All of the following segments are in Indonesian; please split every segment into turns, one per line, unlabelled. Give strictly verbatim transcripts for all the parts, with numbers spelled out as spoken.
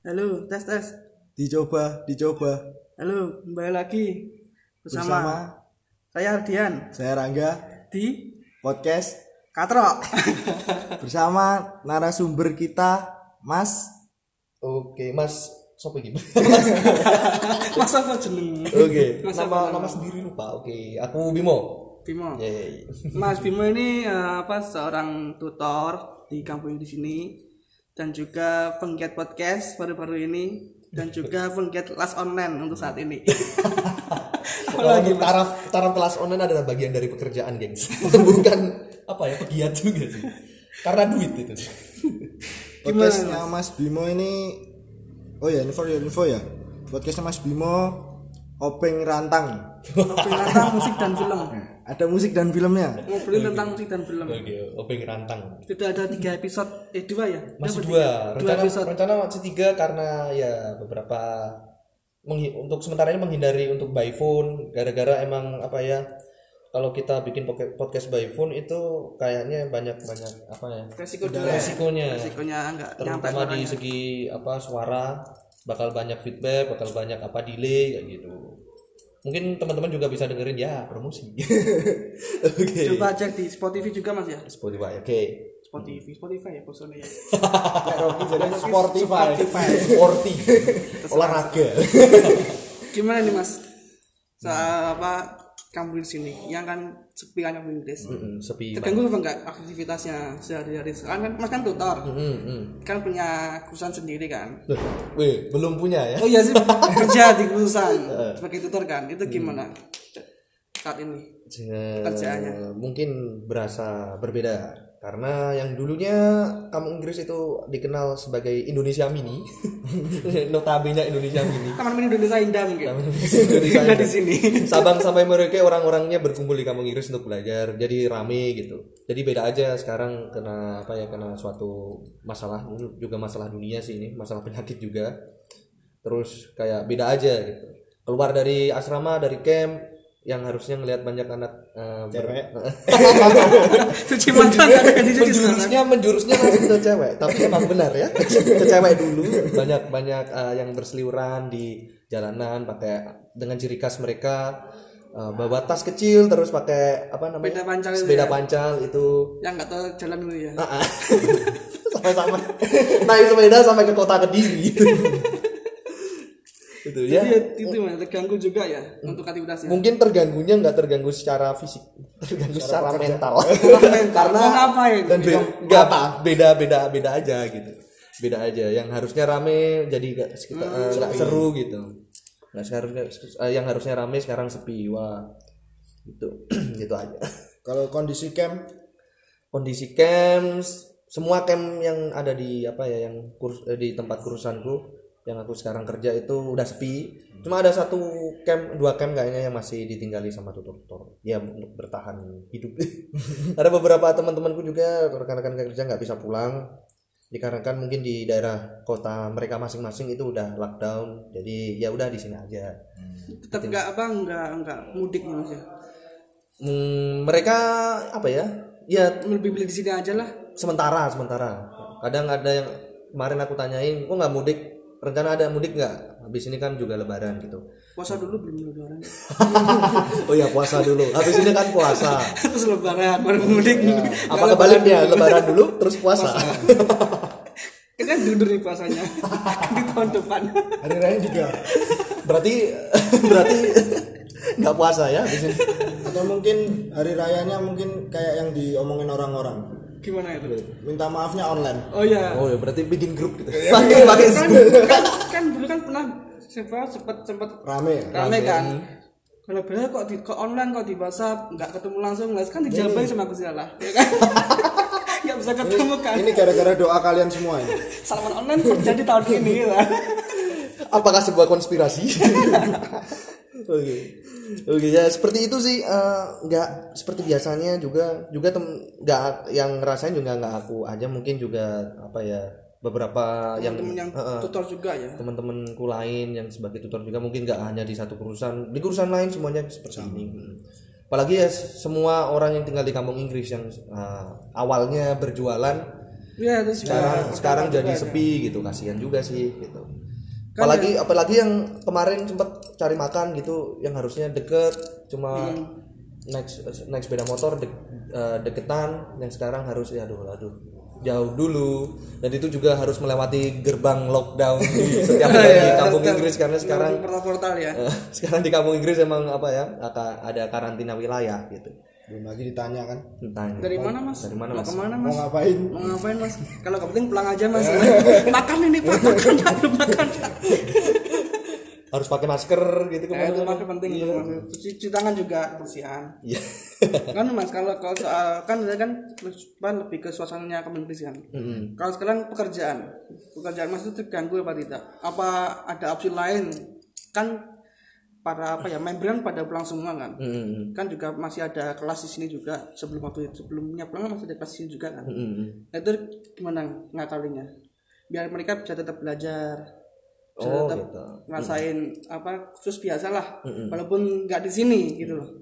Halo, tes tes.
Dicoba, dicoba.
Halo, kembali lagi bersama,
Bersama
saya Ardian
saya Rangga
di
podcast
Katro.
bersama narasumber kita Mas.
Oke, Mas sopo iki?
Mas apa jeneng?
Oke,
Mas
nama
apa
nama sendiri lupa. Oke, aku Bimo.
Bimo.
Yeay.
Mas Bimo ini eh, apa seorang tutor di kampung di sini dan juga penggiat podcast baru-baru ini dan juga penggiat kelas online untuk saat ini.
Kalau untuk taraf taraf kelas online adalah bagian dari pekerjaan, gengs. Bukan apa ya, pegiat juga sih. Karena duit itu.
Podcastnya Mas Bimo ini, oh ya info ya info ya. Podcastnya Mas Bimo Openg Rantang.
Tentang musik dan film.
Ada musik dan filmnya.
Ngobrolin tentang musik dan film.
Oke, Openg Rantang.
Sudah ada tiga episode, eh dua ya?
Masih
Dapat
dua.
tiga. Dua
Rencana
episode.
rencana masih tiga karena ya beberapa menghi- untuk sementara ini menghindari untuk by phone gara-gara emang apa ya, kalau kita bikin poke- podcast by phone itu kayaknya banyak-banyak apa ya,
Resiko
Udah
juga.
resikonya.
Resikonya enggak nyampe
terutama di
suaranya.
segi apa suara, bakal banyak feedback, bakal banyak apa delay kayak gitu. Mungkin teman-teman juga bisa dengerin ya promosi. Oke.
Coba cek di Spotify juga Mas ya.
Spotify. Oke.
Spotify, Spotify ya bosannya ya.
Jadi Spotify.
Sporty. Olahraga.
Gimana nih Mas? Soal apa kamu di sini? Yang kan sepi kan kamu Inggris.
Mm-mm, sepi.
Terganggu apa enggak aktivitasnya sehari-hari? Sekarang kan Mas kan tutor.
Mm-mm.
Kan punya kurusan sendiri kan.
Loh, weh, belum punya ya?
Oh iya sih kerja di kurusan sebagai tutor kan. Itu gimana saat ini? Kerjaannya.
Mungkin berasa berbeda karena yang dulunya kamu Inggris itu dikenal sebagai Indonesia Mini. Notabene Indonesia Mini.
Taman Mini Indonesia Indah mungkin.
Indonesia
Indah di
Indah.
sini.
Sabang sampai Merauke orang-orangnya berkumpul di kampung Inggris untuk belajar, jadi rame gitu. Jadi beda aja sekarang kena apa ya, kena suatu masalah, juga masalah dunia sih ini, masalah penyakit juga. Terus kayak beda aja gitu. Keluar dari asrama, dari camp, yang harusnya ngelihat banyak anak uh,
Cewek.
Cuci mata kan dicuci sekarang.
menjurusnya menjurusnya langsung ke cewek, tapi emang benar ya, ke cewek dulu. Banyak banyak uh, yang berseliweran di jalanan pakai dengan ciri khas mereka, uh, bawa tas kecil terus pakai apa namanya,
Sepeda pancal itu
sepeda
ya?
pancal itu.
Yang enggak tahu jalan dulu ya.
Ah, ah. Sama-sama naik sepeda sampai ke kota Kediri gitu. Gitu ya.
Jadi itu Mas terganggu juga ya untuk aktivitasnya.
Mungkin terganggunya nggak terganggu secara fisik, terganggu secara, mental.
Karena mau ngapain?
Dan be- nggak apa, beda beda beda aja gitu, beda aja. Yang harusnya rame jadi nggak kita- eh, nggak seru gitu. Nggak seharusnya eh, yang harusnya rame sekarang sepi. Wah, gitu gitu aja.
Kalau kondisi camp
Kondisi camp, semua camp yang ada di apa ya, yang kurs, eh, di tempat kurusanku yang aku sekarang kerja itu udah sepi. Cuma ada satu camp, dua camp kayaknya yang masih ditinggali sama tutor-tutor ya untuk bertahan hidup. Ada beberapa teman-temanku juga, rekan-rekan kerja nggak bisa pulang dikarenakan mungkin di daerah kota mereka masing-masing itu udah lockdown, jadi ya udah di sini aja.
Tetap enggak apa enggak enggak mudik nih Mas ya.
Hmm, mereka apa ya, ya
Lebih pilih di sini aja lah.
sementara sementara kadang ada yang kemarin aku tanyain, kok nggak mudik, rencana ada mudik nggak, habis ini kan juga lebaran gitu.
Puasa dulu belum lebaran.
Oh ya, puasa dulu, habis ini kan puasa.
Terus lebaran baru mudik.
Apa kebaliknya, lebaran dulu terus puasa?
Kita mundur nih puasanya. Di tahun depan.
hari raya juga.
berarti berarti nggak puasa ya habis ini.
Atau mungkin hari rayanya mungkin kayak yang diomongin orang-orang.
Gimana itu?
Minta maafnya online.
Oh iya.
Oh ya, berarti bikin grup gitu. Pakai pakai
Kan,
Zoom.
kan, kan dulu kan pernah sempat sempat sempat
Rame.
rame kan. Kalau bener kok di ke online kok di WhatsApp nggak ketemu langsung, les kan dijabain sama Gusti Allah, ya kan? Nggak bisa ketemu kan?
Ini gara-gara doa kalian semua ini.
Salaman online terjadi tahun ini kan?
Apakah sebuah konspirasi? Oke, oke ya seperti itu sih. eh, nggak seperti biasanya juga juga tem nggak yang ngerasain juga nggak aku aja, mungkin juga apa ya, beberapa yang
Temen yang
eh, eh,
tutor juga ya.
teman-temanku lain yang sebagai tutor juga mungkin nggak hanya di satu perusahaan, di perusahaan lain semuanya seperti ini. Hmm. Apalagi ya semua orang yang tinggal di kampung Inggris yang uh, awalnya berjualan
Iya, terus
sekarang
juga,
sekarang
juga
jadi
ada.
sepi gitu, kasihan juga sih gitu.
Kan
Apalagi apalagi yang kemarin sempat cari makan gitu yang harusnya deket cuma
Hmm.
naik naik sepeda motor de, eh, deketan, yang sekarang harus ya aduh aduh jauh dulu, dan itu juga harus melewati gerbang lockdown di setiap
Oh,
negara di
iya,
kampung
tetap
Inggris karena sekarang
portal-portal ya.
eh, sekarang di kampung Inggris emang apa ya akan ada karantina wilayah gitu.
Belum lagi ditanya kan
Tanya.
Dari mana mas?
Dari mana,
Mau
Mas?
kemana
mau
mas?
ngapain.
Mau ngapain mas? Kalau nggak penting pulang aja mas. Makan ini pak, makan pak, belum makan.
Harus pakai masker gitu
Nah, itu
kemana.
masih penting
Iya.
untuk mas. Cuci, cuci tangan juga kebersihan.
Iya.
Kan mas kalau kalau soal kan kan kan lebih ke suasananya kementerian.
Mm-mm.
Kalau sekarang pekerjaan, pekerjaan mas itu terganggu apa tidak? Apa ada opsi lain? Kan para apa ya member kan pada pulang semua kan?
Mm-mm.
Kan juga masih ada kelas di sini juga sebelum waktu sebelumnya pulang kan masih ada kelas di sini juga kan?
Mm-mm.
Nah, itu gimana ngakalinya? Biar mereka bisa tetap belajar, bisa
Oh,
tetap
gitu.
ngerasain apa khusus biasa lah, walaupun nggak di sini gitu loh.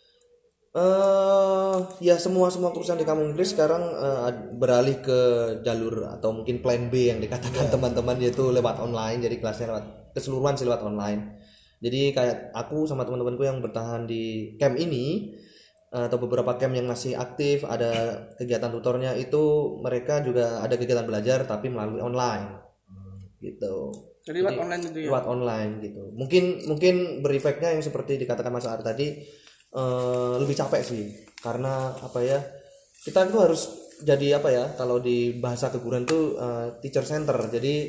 Eh ya semua semua perusahaan di kampung Inggris sekarang eh, ad- beralih ke jalur atau mungkin plan B yang dikatakan teman-teman, yaitu lewat online. Jadi kelasnya lewat keseluruhan sih lewat online. Jadi kayak aku sama teman-temanku yang bertahan di camp ini eh, atau beberapa camp yang masih aktif ada kegiatan tutornya, itu mereka juga ada kegiatan belajar tapi melalui online gitu.
Jadi lewat online itu ya.
Lewat online gitu. Mungkin mungkin berefeknya yang seperti dikatakan Mas Ar tadi, eh, lebih capek sih, karena apa ya, kita itu harus jadi apa ya, kalau di bahasa keguruan tuh eh, teacher center, jadi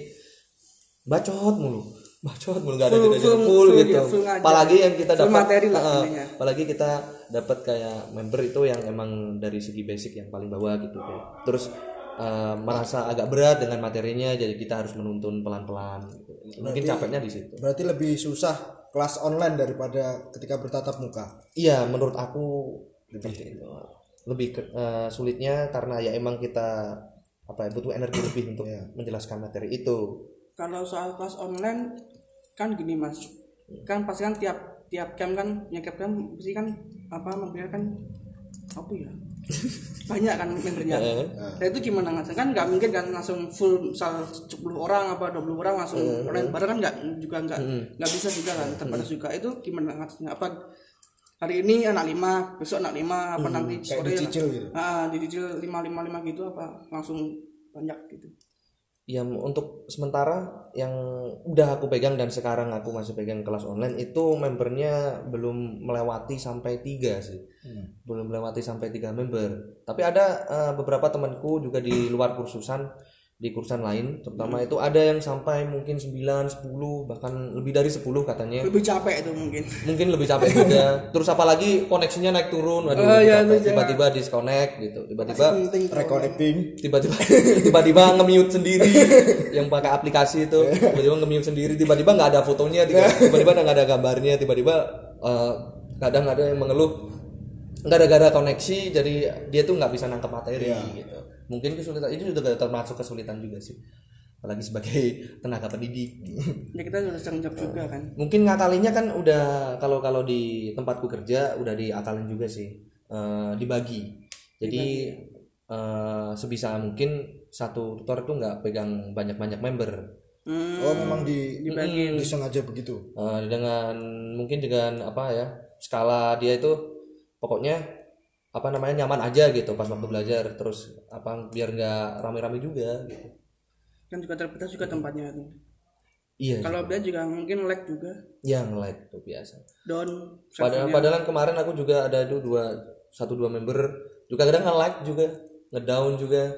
bacot mulu bacot mulu nggak ada
Full-
jeda
full-
full
full
gitu.
ya, full ngajar.
Apalagi yang kita
Full
dapat
materi lah
eh,
intinya.
apalagi kita dapat kayak member itu yang emang dari segi basic yang paling bawah gitu kayak. Terus eh, merasa agak berat dengan materinya, jadi kita harus menuntun pelan-pelan gitu. Mungkin capeknya di situ.
Berarti lebih susah kelas online daripada ketika bertatap muka.
Iya, menurut aku lebih itu. Lebih ke- eh, sulitnya karena ya emang kita apa ya, butuh energi lebih untuk
Iya.
menjelaskan materi itu.
Kalau soal kelas online kan gini mas, kan pasti kan tiap tiap camp kan, ya camp kan pasti kan apa membiarkan apa ya banyak kan membernya. Nah itu gimana mas? Kan nggak mungkin kan langsung full misal sepuluh orang apa dua puluh orang langsung online bareng kan nggak juga nggak nggak bisa juga kan, terbatas juga. Itu gimana ngatasinya? Apa hari ini anak lima, besok anak lima, apa nanti
Kayak
sore
dicicil gitu.
ah dicicil lima lima lima gitu, apa langsung banyak gitu?
Ya untuk sementara yang udah aku pegang dan sekarang aku masih pegang kelas online itu membernya belum melewati sampai tiga sih. Belum melewati sampai tiga member. Tapi ada eh, beberapa temanku juga di luar kursusan, di kursusan lain terutama itu ada yang sampai mungkin sembilan, sepuluh, bahkan lebih dari sepuluh katanya.
Lebih capek itu mungkin.
Mungkin lebih capek juga. Terus apalagi koneksinya naik turun, waduh,
Oh,
lebih
iya,
capek.
itu
Tiba-tiba disconnect gitu. Tiba-tiba
Penting tuh.
Reconnecting.
tiba-tiba tiba-tiba nge-mute sendiri yang pakai aplikasi itu, tiba-tiba nge-mute sendiri, tiba-tiba nggak ada fotonya, tiba- tiba-tiba nggak ada gambarnya, tiba-tiba eh, kadang ada yang mengeluh gara-gara koneksi jadi dia tuh nggak bisa nangkep materi gitu. Mungkin kesulitan itu juga termasuk kesulitan juga sih, apalagi sebagai tenaga pendidik.
Ya kita harus tanggung jawab juga kan.
Mungkin ngakalinya kan udah, kalau kalau di tempatku kerja udah diakalin juga sih. Eh, dibagi. Jadi eh, sebisa mungkin satu tutor itu nggak pegang banyak-banyak member.
Hmm,
Oh memang di
dibagi.
disengaja begitu.
Eh, dengan mungkin dengan apa ya, skala dia itu pokoknya apa namanya nyaman aja gitu pas waktu belajar, terus apa biar nggak rame-rame juga gitu.
Kan juga terbatas juga tempatnya itu.
Iya.
Kalau dia juga mungkin lag juga.
Yang like tuh biasa.
Down.
Padahal,
servernya.
padahal kemarin aku juga ada itu dua satu dua member juga kadang nge-like juga, ngedown juga.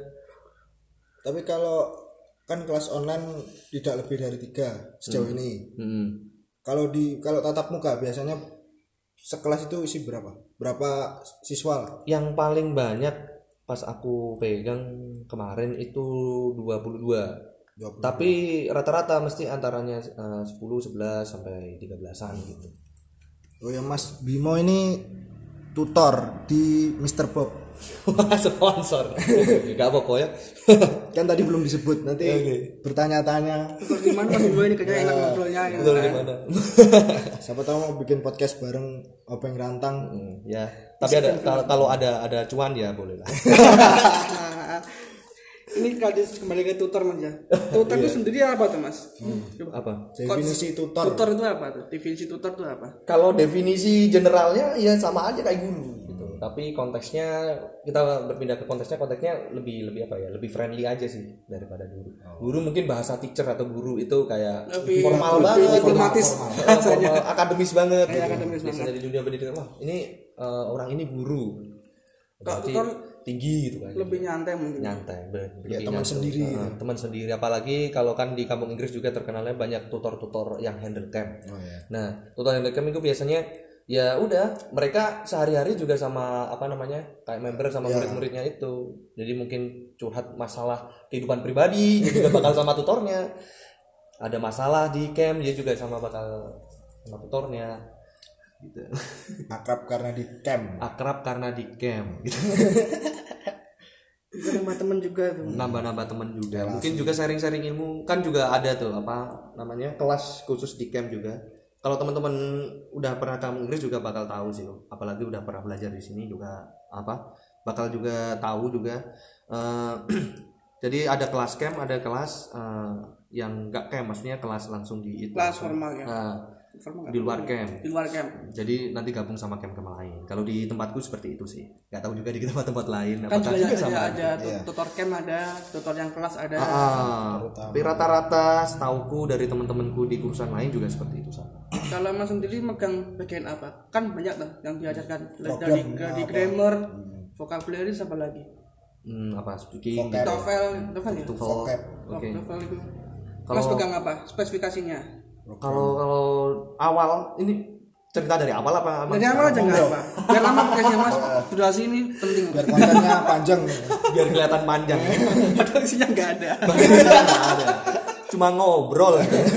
Tapi kalau kan kelas online tidak lebih dari tiga sejauh ini.
Hmm.
Kalau di kalau tatap muka biasanya sekelas itu isi berapa? Berapa siswa?
Yang paling banyak pas aku pegang kemarin itu dua puluh dua.
dua puluh.
Tapi rata-rata mesti antaranya eh, sepuluh, sebelas sampai tiga belasan gitu.
Oh ya Mas Bimo ini tutor di mister Bob.
Wah, sponsor. Enggak pokoknya.
Kan tadi belum disebut, nanti
Oke.
bertanya-tanya.
Terus gimana Mas Bimo ini kayaknya enak ngobrolnya gitu.
Betul
kan.
gimana?
Siapa tahu mau bikin podcast bareng Openg Rantang.
Hmm, ya. Tapi ada kalau kalau ada ada cuan ya boleh lah.
Ini kadis kembali ke tutor Mas ya. Tutor itu sendiri apa tuh Mas?
Hmm. Apa?
Definisi tutor.
Tutor itu apa tuh? Definisi tutor itu apa?
Kalau definisi generalnya ya sama aja kayak guru gitu. Tapi konteksnya kita berpindah ke konteksnya konteksnya lebih lebih apa ya? Lebih friendly aja sih daripada guru. Oh. Guru mungkin bahasa teacher atau guru itu kayak
lebih
formal
lebih
banget,
diplomatis,
formal, formal, akademis banget.
Kayak
Gitu.
akademis
Biasanya
banget.
di dunia pendidikan wah ini uh, orang ini guru. Berarti
tutor
tinggi gitu kan.
Lebih nyantai mungkin.
Nyantai, ber-
Ya,
lebih
teman
nyantai.
sendiri.
Uh, teman sendiri apalagi kalau kan di kampung Inggris juga terkenalnya banyak tutor-tutor yang handle camp.
Oh ya.
Nah, tutor handle camp itu biasanya ya udah mereka sehari-hari juga sama apa namanya kayak member sama
Ya.
murid-muridnya itu. Jadi mungkin curhat masalah kehidupan pribadi dia juga bakal sama tutornya. Ada masalah di camp dia juga sama bakal sama tutornya. Gitu.
Akrab karena di camp.
Akrab karena di camp. Gitu.
Juga nambah teman juga tuh.
Nambah-nambah teman juga. Mungkin juga sharing-sharing ilmu kan juga ada tuh apa namanya kelas khusus di camp juga. Kalau teman-teman udah pernah ke Inggris juga bakal tahu sih, apalagi udah pernah belajar di sini juga apa bakal juga tahu juga. Uh, jadi ada kelas camp, ada kelas uh, yang enggak camp, maksudnya kelas langsung di itu.
Kelas formal ya.
Uh,
Formal
di luar camp.
Di luar camp.
Jadi nanti gabung sama camp-camp lain. Kalau di tempatku seperti itu sih. Gak tahu juga di tempat-tempat lain.
Kan
apakah
juga
juga
ada,
sama.
ada
Iya.
tut- tutor camp ada, tutor yang kelas ada.
Ah, tapi rata-rata setauku dari teman-temanku di kursusan lain juga seperti itu sama.
Kalau Mas sendiri megang bagian apa? Kan banyak tuh yang diajarkan dari
Program
dari
apa?
grammar, vocabulary apa lagi?
Hmm, apa speaking
Vocab.
gitu.
TOEFL, TOEFL ya?
TOEFL.
Vocab.
Oke.
TOEFL itu.
Kalau-
Mas pegang apa? Spesifikasinya?
Kalau kalau awal ini cerita dari awal apa?
Dari awal aja nggak apa? Biar lama podcastnya Mas. Durasi ini penting.
Biar kontennya panjang.
Biar kelihatan panjang.
Padahal isinya nggak ada.
Nggak ada. Cuma ngobrol.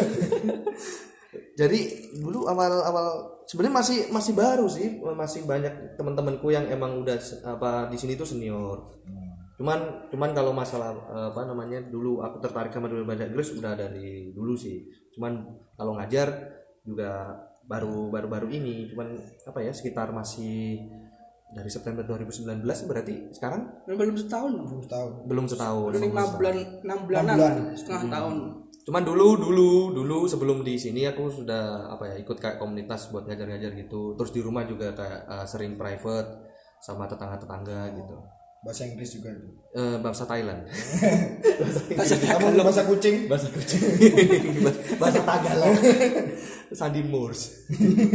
Jadi dulu awal-awal sebenarnya masih masih baru sih, masih banyak teman-temanku yang emang udah se- apa di sini tuh senior. Cuman cuman kalau masalah eh, apa namanya dulu aku tertarik sama dunia bahasa Inggris udah dari dulu sih. Cuman kalau ngajar juga baru baru baru ini. Cuman apa ya sekitar masih dari September dua ribu sembilan belas berarti sekarang
Belum setahun loh.
Belum tahu.
belum setahun.
Udah lima bulan, enam bulanan,
bulan.
setengah tahun.
Cuman dulu dulu dulu sebelum di sini aku sudah apa ya ikut kayak komunitas buat ngajar-ngajar gitu. Terus di rumah juga kayak eh, sering private sama tetangga-tetangga gitu.
Bahasa Inggris juga itu.
Eh, bahasa Thailand.
Kamu bahasa kucing?
Bahasa kucing. Bahasa Tagalog. Sandi Moors.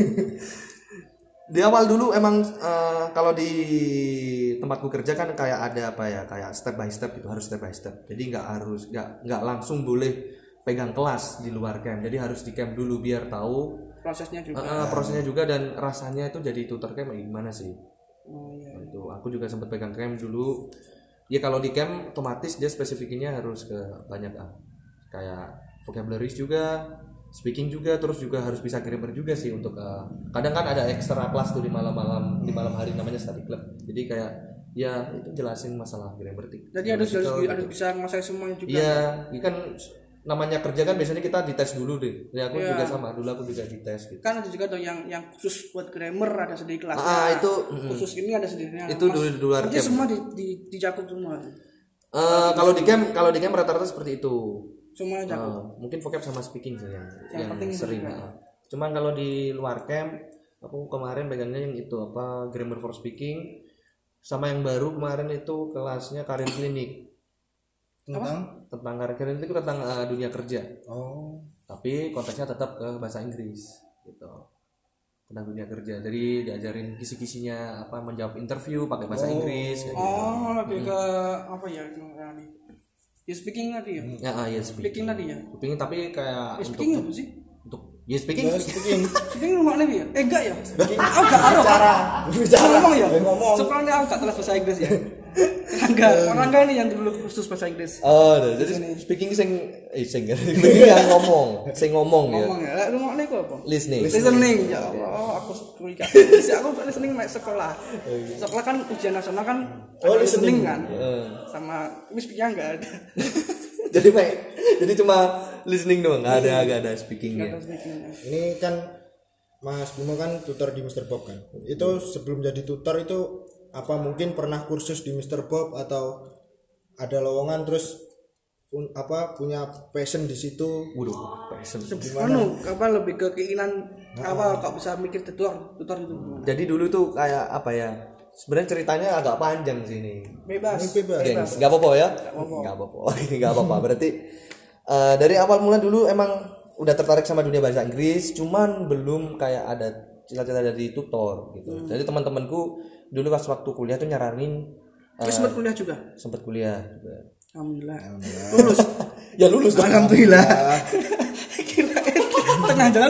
Di awal dulu emang eh, kalau di tempatku kerja kan kayak ada apa ya kayak step by step gitu harus step by step. Jadi nggak harus nggak nggak langsung boleh pegang kelas di luar camp. Jadi harus di camp dulu biar tahu
Prosesnya juga.
eh, eh, prosesnya juga dan rasanya itu jadi tutor camp gimana sih.
Oh iya.
Itu aku juga sempat pegang camp dulu. Ya kalau di camp otomatis dia spesifiknya harus ke banyak ah. Kayak vocabularies juga, speaking juga, terus juga harus bisa grammar juga sih untuk uh, kadang kan ada extra kelas tuh di malam-malam di malam hari namanya study club. Jadi kayak ya itu jelasin masalah grammar.
Jadi harus harus, harus bisa menguasai semuanya juga.
Iya, ini kan namanya kerja kan biasanya kita dites dulu deh. Ya aku
Iya.
juga sama, dulu aku juga dites gitu.
Kan ada juga tuh yang yang khusus buat grammar ada sendiri kelasnya.
Ah, itu, mm.
khusus ini ada sendirinya.
Itu dulu di luar
Jadi
camp.
semua di, di, dicakup semua.
Eh, kalau di camp kalau di camp rata-rata seperti itu.
Semua cakup.
Uh, mungkin vocab sama speaking sih yang,
Yang
yang
penting itu
sering.
juga.
uh. Cuman kalau di luar camp, aku kemarin pegangnya yang itu apa grammar for speaking, sama yang baru kemarin itu kelasnya karir klinik
Tentang
tentang karir klinik itu tentang uh, dunia kerja,
oh
tapi konteksnya tetap ke bahasa Inggris gitu tentang dunia kerja. Jadi diajarin kisi-kisinya apa menjawab interview pakai bahasa Inggris. Kayak gitu.
Oh, lebih ke apa ya itu tadi? Ya speaking tadi ya.
Ya, ah, ya speaking.
Speaking tadi ya.
Speaking tapi kayak
Ya,
untuk
speaking apa sih?
untuk ya speaking.
ya, speaking
Speaking rumah nih ya? Eh enggak ya? Aku enggak tahu.
cara
Bisa ngomong ya?
Ya, ngomong.
Sebenarnya aku enggak telas bahasa Inggris ya. Enggak, orang enggak ini yang dulu khusus bahasa Inggris.
Oh, udah. Jadi speaking sing eh sing speaking yang ngomong, sing ngomong ya.
Ngomong ya. Lah rumah nih kok apa?
Listening.
Listening. Ya Allah, aku curiga. Si aku listening naik sekolah. Sekolah kan ujian nasional kan
Oh,
ada
listening.
kan.
Heeh.
Sama ini speaking enggak ada.
Jadi Pak, jadi cuma listening doang, enggak ada enggak ada
Enggak
speakingnya.
ada speakingnya.
ini kan Mas Bimo kan tutor di mister Bob kan itu sebelum jadi tutor itu apa mungkin pernah kursus di mister Bob atau ada lowongan terus pun, apa punya passion di situ.
Waduh, passion.
Anu, apa lebih ke keinginan apa kok bisa mikir tutor, tutor itu gimana?
Jadi dulu tuh kayak apa ya? Sebenarnya ceritanya agak panjang sih ini.
Bebas.
Ini bebas.
Gengs, nggak apa-apa ya? Nggak apa-apa. Nggak apa-apa. Berarti uh, dari awal mula dulu emang udah tertarik sama dunia bahasa Inggris, cuman belum kayak ada cita-cita dari tutor gitu. Hmm. Jadi teman-temanku dulu pas waktu kuliah tuh nyaranin.
Uh, sempat kuliah juga.
Sempat kuliah juga.
Alhamdulillah.
Alhamdulillah.
Lulus.
Ya lulus.
Alhamdulillah. Tengah jalan.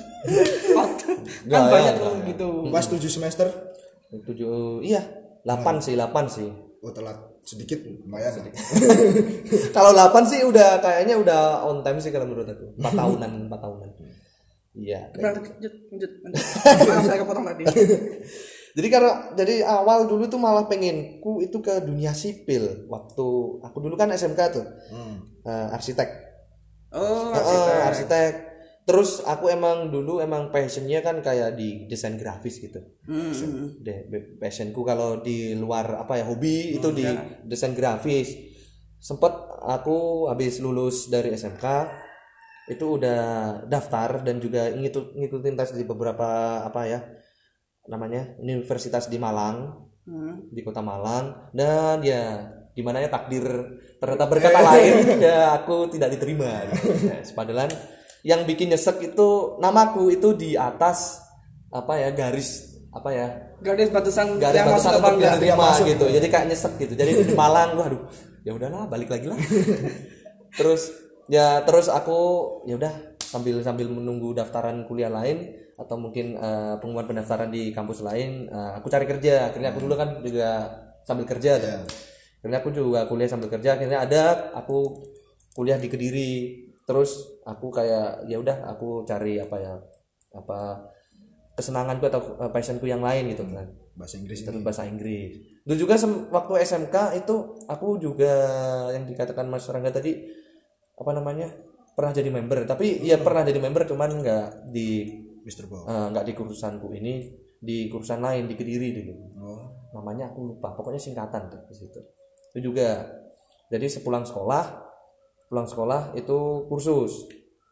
Kan banyak ya, gitu.
Pas tujuh semester.
Tujuh, iya. Delapan sih, delapan sih.
Oh telat sedikit, lumayan. Sedikit.
Kalau delapan sih udah kayaknya udah on time sih kalau menurut aku. Empat tahunan, empat tahunan. Iya.
Lanjut, lanjut, lanjut. Maaf saya kepotong tadi.
Jadi karena jadi awal dulu tuh malah pengenku itu ke dunia sipil. Waktu aku dulu kan S M K tuh, hmm. uh, arsitek.
Oh, arsitek.
Uh, arsitek. Terus aku emang dulu emang passionnya kan kayak di desain grafis gitu. Hmm. De, passionku kalau di luar apa ya hobi hmm, itu di ya. Desain grafis. Sempet aku habis lulus dari S M K itu udah daftar dan juga ngikut ngikutin tes di beberapa apa ya namanya universitas di Malang, hmm. di kota Malang, dan ya gimana ya takdir ternyata berkata lain ya aku tidak diterima gitu. Yes, padahal yang bikin nyesek itu namaku itu di atas apa ya garis apa ya
garis batasan
garis batasan untuk diterima gitu. Jadi kayak nyesek gitu. Jadi di Malang gua aduh ya udahlah balik lagi lah. Terus ya terus aku ya udah sambil sambil menunggu daftaran kuliah lain atau mungkin uh, pengumuman pendaftaran di kampus lain, uh, aku cari kerja. Akhirnya aku dulu kan juga sambil kerja tuh. Yeah. Akhirnya aku juga kuliah sambil kerja. Akhirnya ada aku kuliah di Kediri. Terus aku kayak ya udah aku cari apa ya apa kesenanganku atau uh, passionku yang lain gitu kan.
Bahasa Inggris
terus bahasa Inggris. Dulu juga sem- waktu S M K itu aku juga yang dikatakan Mas Rangga tadi apa namanya? Pernah jadi member, tapi ya pernah jadi member cuman nggak di
Mister Bob.
Uh, nggak di kurusanku ini, di kurusan lain di Kediri dulu.
Oh.
Namanya aku lupa, pokoknya singkatan tuh di situ. Itu juga. Jadi sepulang sekolah, pulang sekolah itu kursus.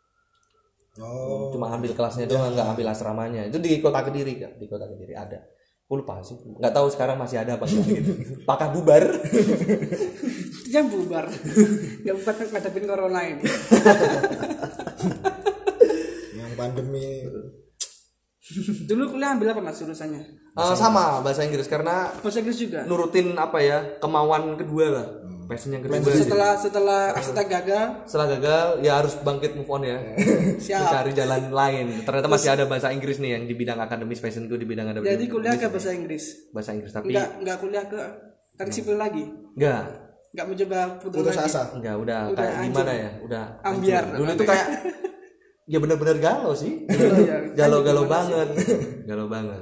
Oh.
Cuma ambil kelasnya doang, nggak ambil asramanya. Itu di kota Kediri kan, di kota Kediri ada. Aku lupa sih, nggak tahu sekarang masih ada apa enggak gitu. Apakah bubar?
Yang bubar. Yang bubar ngadepin corona ini.
Yang pandemi.
Dulu kuliah ambil apa Mas jurusannya?
Uh, sama bahasa Inggris karena
bahasa Inggris juga.
Nurutin apa ya kemauan kedua lah. Hmm. Passion yang kedua.
Setelah setelah arsitek gagal.
Setelah gagal ya harus bangkit move on ya.
Siap.
Mencari jalan lain. Ternyata masih ada bahasa Inggris nih yang di bidang akademis passionku di bidang akademis.
Jadi kuliah ke bahasa Inggris.
Bahasa Inggris tapi
enggak enggak kuliah ke teknik sipil lagi.
Enggak.
Enggak mencoba putus,
putus
lagi.
asa.
Enggak, udah,
udah
kayak
anjir.
Gimana ya? Udah
ambiar.
Anjir. Dulu tuh kayak ya benar-benar galau sih. Galau-galau banget. Galau banget.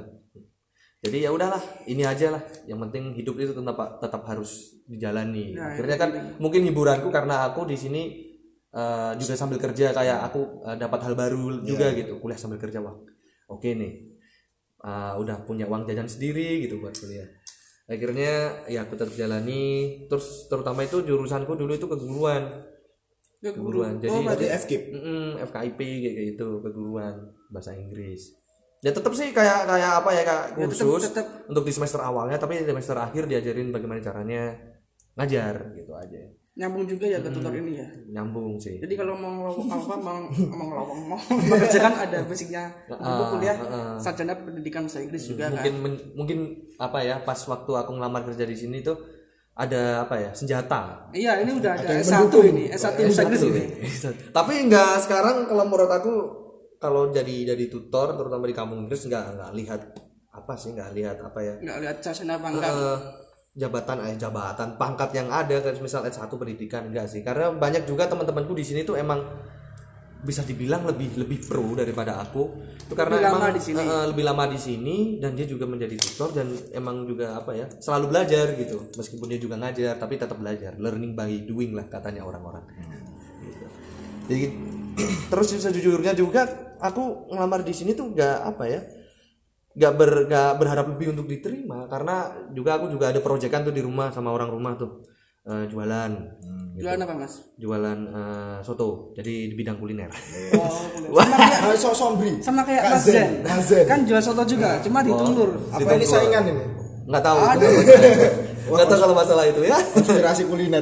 Jadi ya udahlah, ini aja lah. Yang penting hidup itu tetap tetap harus dijalani. Nah, akhirnya kan ini. Mungkin hiburanku karena aku di sini uh, juga sambil kerja kayak aku uh, dapat hal baru yeah. juga gitu. Kuliah sambil kerja, wah. Oke nih. Uh, udah punya uang jajan sendiri gitu buat kuliah. Akhirnya ya aku tetap jalani. Terus terutama itu jurusanku dulu itu keguruan. Keguruan. Jadi
oh, berarti F K I P.
Mm, F K I P kayak gitu, keguruan bahasa Inggris. Ya tetap sih kayak kayak apa ya kayak kursus ya, tetep, tetep. Untuk di semester awalnya, tapi di semester akhir diajarin bagaimana caranya ngajar gitu aja.
Nyambung juga ya ke tutor hmm, ini ya.
Nyambung sih.
Jadi kalau mau apa mau mau ngelawang mau mengerjakan ada basicnya. Aku kuliah uh, uh, sarjana pendidikan bahasa Inggris juga
mungkin
kan.
Men, mungkin apa ya pas waktu aku ngelamar kerja di sini tuh ada apa ya senjata.
Iya ini udah ada, ada S satu ini S satu bahasa Inggris ini.
Tapi enggak sekarang kalau menurut aku kalau jadi jadi tutor terutama di kampung Inggris nggak nggak lihat apa sih nggak lihat apa ya
nggak lihat sarjana pangkat
uh, jabatan eh jabatan pangkat yang ada kan misal S satu pendidikan enggak sih karena banyak juga teman-temanku di sini tuh emang bisa dibilang lebih lebih pro daripada aku itu karena
lebih
emang
lama di sini.
Uh, lebih lama di sini dan dia juga menjadi tutor dan emang juga apa ya selalu belajar gitu meskipun dia juga ngajar tapi tetap belajar learning by doing lah katanya orang-orang gitu. Jadi terus sejujurnya juga aku ngelamar di sini tuh nggak apa ya nggak ber nggak berharap lebih untuk diterima karena juga aku juga ada proyekan tuh di rumah sama orang rumah tuh uh, jualan.
Hmm, gitu.
Jualan apa Mas?
Jualan uh, soto. Jadi di bidang kuliner.
Oh, sama kayak
Ah, so sombri.
sama kayak
Kak
Mas
Zen,
Zen.
Mas Zen.
Kan jual soto juga, cuma ditundur.
Apa ini saingan ini?
Nggak tahu.
Aduh.
Nggak tahu kalau masalah itu ya.
Konspirasi kuliner.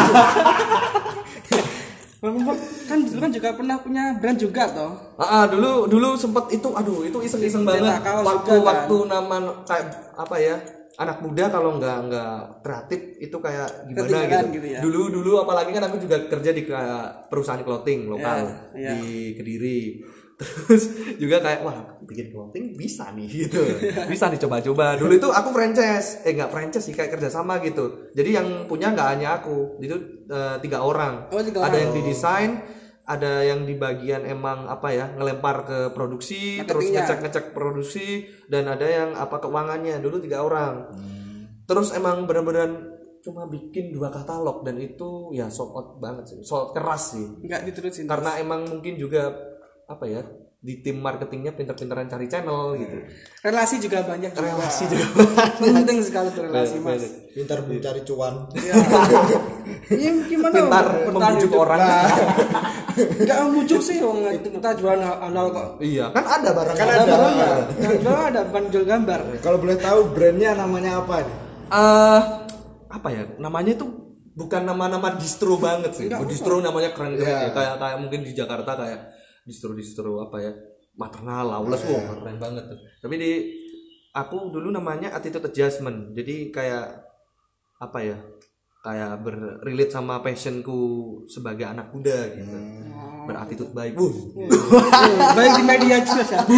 Kan dulu kan juga pernah punya brand juga toh.
Ah, ah, dulu dulu sempet itu, aduh itu iseng-iseng banget.
Cetak kaos
Waktu
juga, kan?
waktu nama kayak apa ya? Anak muda kalau nggak nggak kreatif itu kayak gimana
Ketinggalan
gitu.
gitu ya.
Dulu dulu apalagi kan aku juga kerja di kayak perusahaan clothing lokal
Ya, ya.
di Kediri. Terus juga kayak wah bikin clothing bisa nih gitu. Bisa dicoba-coba. Dulu itu aku franchise, eh nggak franchise sih kayak kerjasama gitu. Jadi yang punya nggak hanya aku, itu eh, tiga orang.
Oh, tiga
Ada
orang.
yang di desain, ada yang di bagian emang apa ya ngelempar ke produksi, terus
Marketingnya.
ngecek-ngecek produksi, dan ada yang apa keuangannya. Dulu tiga orang. Terus emang benar-benar cuma bikin dua katalog dan itu ya sold out banget sih, sold out keras sih.
Enggak diterusin.
Karena emang mungkin juga apa ya di tim marketingnya pinter-pinteran cari channel gitu.
Relasi juga banyak juga.
Relasi juga
Penting sekali tuh relasi Mas.
Pintar mencari cuan.
Ya. Ini gimana?
Pintar
Om?
membujuk
hidup.
orang.
Enggak membujuk sih wong itu kita jual halal kok.
Iya, kan ada barang
Kan
Ada
ada.
barangnya. Yang jual ada bukan jual gambar.
Kalau boleh tahu brandnya namanya apa nih?
eh apa ya namanya itu bukan nama-nama distro banget sih.
Enggak,
Distro namanya keren-keren
Iya.
ya. Kayak kayak mungkin di Jakarta kayak distro-distro apa ya maternal, lawless,
Iya.
wah keren banget tuh. Tapi di aku dulu namanya attitude adjustment. Jadi kayak apa ya? Kayak berrelate sama passionku sebagai anak muda gitu. Berattitude baik. Wuh.
Baik di media juga ya.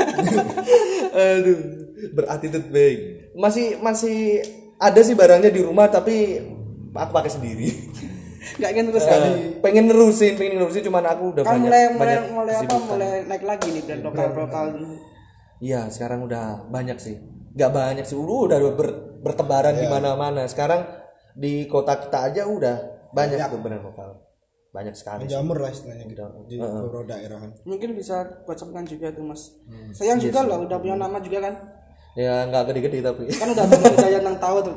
Aduh, berattitude baik. Masih masih ada sih barangnya di rumah tapi aku pakai sendiri.
Enggak ingin terus
Eh,
kan.
pengen nerusin, pengen nerusin cuman aku udah
Kan
banyak
mulai mulai
banyak
mulai apa
kesibukan.
mulai naik lagi nih brand lokal lokal.
Iya, sekarang udah banyak sih. Gak banyak sih, udah udah ber- bertebaran di mana-mana. Sekarang di kota kita aja udah banyak tuh brand lokal. Banyak sekali. sih.
Menjamur lah istilahnya gitu
Udah.
di beberapa daerah kan.
Mungkin bisa buat sampaikan juga tuh Mas. Sayang juga loh udah punya nama juga kan.
Ya nggak gede-gede tapi.
Kan udah teman saya yang tahu tuh.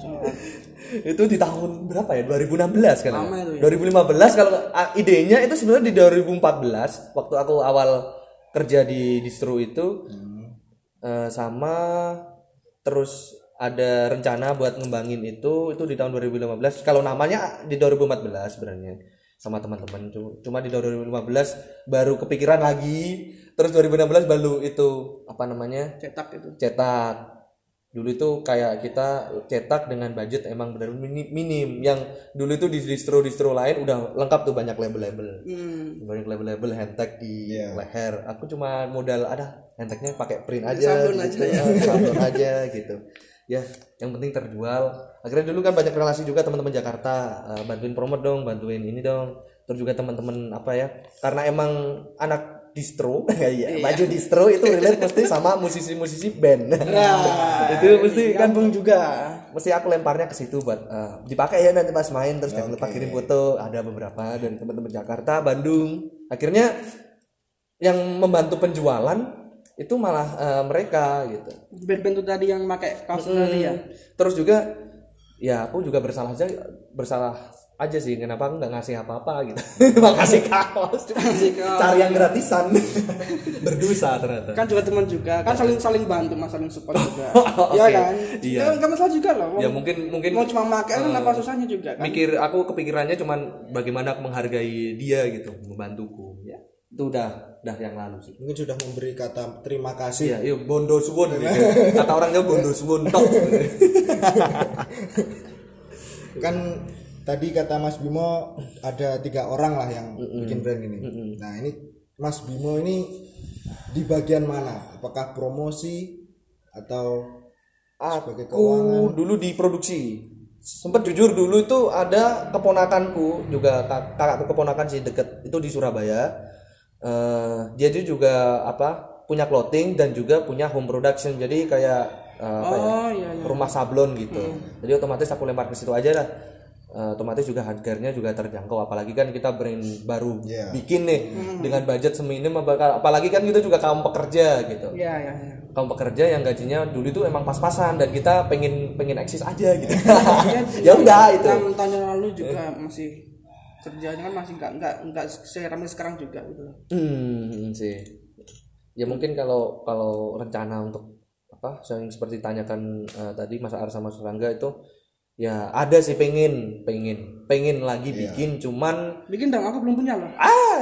Itu di tahun berapa ya? dua ribu enam belas kan?
Lama
ya?
itu ya.
dua ribu lima belas kalau ah, idenya itu sebenarnya di dua ribu empat belas waktu aku awal kerja di distro itu eh, sama terus ada rencana buat ngembangin itu itu di tahun dua ribu lima belas. Kalau namanya di dua ribu empat belas sebenarnya sama teman-teman Cu- cuma di dua ribu lima belas baru kepikiran lagi, terus dua ribu enam belas baru itu apa namanya
Cetak itu.
cetak. Dulu itu kayak kita cetak dengan budget emang benar minim, minim. Yang dulu itu di distro-distro lain udah lengkap tuh banyak label-label.
Hmm.
Banyak label-label handtag di
Iya.
leher. Aku cuma modal ada handtagnya pakai print aja,
Sablon
gitu.
aja ya.
Sablon aja gitu. Ya, yang penting terjual. Akhirnya dulu kan banyak relasi juga teman-teman Jakarta, eh, bantuin promote dong, bantuin ini dong. Terus juga teman-teman apa ya? Karena emang anak distro, ya, baju distro itu relate mesti sama musisi-musisi band.
Nah,
itu mesti kan
gabung juga.
mesti aku lemparnya ke situ buat eh, dipakai ya nanti pas main, terus jangan lupa kirim foto. Ada beberapa dari teman-teman Jakarta, Bandung. Akhirnya yang membantu penjualan itu malah eh, mereka gitu.
Band-band tuh tadi yang pakai kaos tadi ya.
Terus juga ya aku juga bersalah aja bersalah aja sih kenapa aku nggak ngasih apa-apa gitu. Makasih kaos, cuma
Kasih kaos.
cari yang gratisan. Berdosa ternyata.
Kan juga teman juga, kan saling saling bantu mas, saling support juga.
Oke,
Iya kan?
iya.
Ya, nggak masalah juga loh.
Ya mungkin mungkin
Mau cuma pakai kan apa susahnya juga kan.
mikir aku kepikirannya cuman bagaimana aku menghargai dia gitu, membantuku. Ya, itu udah udah yang lalu sih.
Mungkin sudah memberi kata terima kasih.
Iya, iya bondo suwun gitu. Kata orang Jawa bondo suwun tok.
Kan tadi kata Mas Bimo ada tiga orang lah yang bikin brand ini. Nah ini Mas Bimo ini di bagian mana? Apakah promosi atau sebagai keuangan?
Aku dulu di produksi. Sempet jujur dulu itu ada keponakanku juga kak- kakakku keponakan sih deket itu di Surabaya. Eh, dia itu juga apa punya clothing dan juga punya home production. Jadi kayak eh, apa ya,
Oh iya iya.
rumah sablon gitu. Jadi otomatis aku lempar ke situ aja lah. Eh, otomatis juga harganya juga terjangkau, apalagi kan kita brand baru
Iya.
bikin nih dengan budget seminim, apalagi kan kita juga kaum pekerja gitu.
Iya iya iya.
kaum pekerja yang gajinya dulu itu emang pas-pasan dan kita pengen pengen eksis aja gitu.
Ya
udah itu.
Tahun tahun yang lalu juga masih kerjanya kan masih nggak nggak nggak seramai sekarang juga gitu.
Hmm sih. Ya mungkin kalau kalau rencana untuk apa yang seperti tanyakan uh, tadi Mas Ar sama Mas Rangga itu ya ada sih pengen pengen pengen lagi
Iya.
bikin cuman
Bikin dong, aku belum punya loh.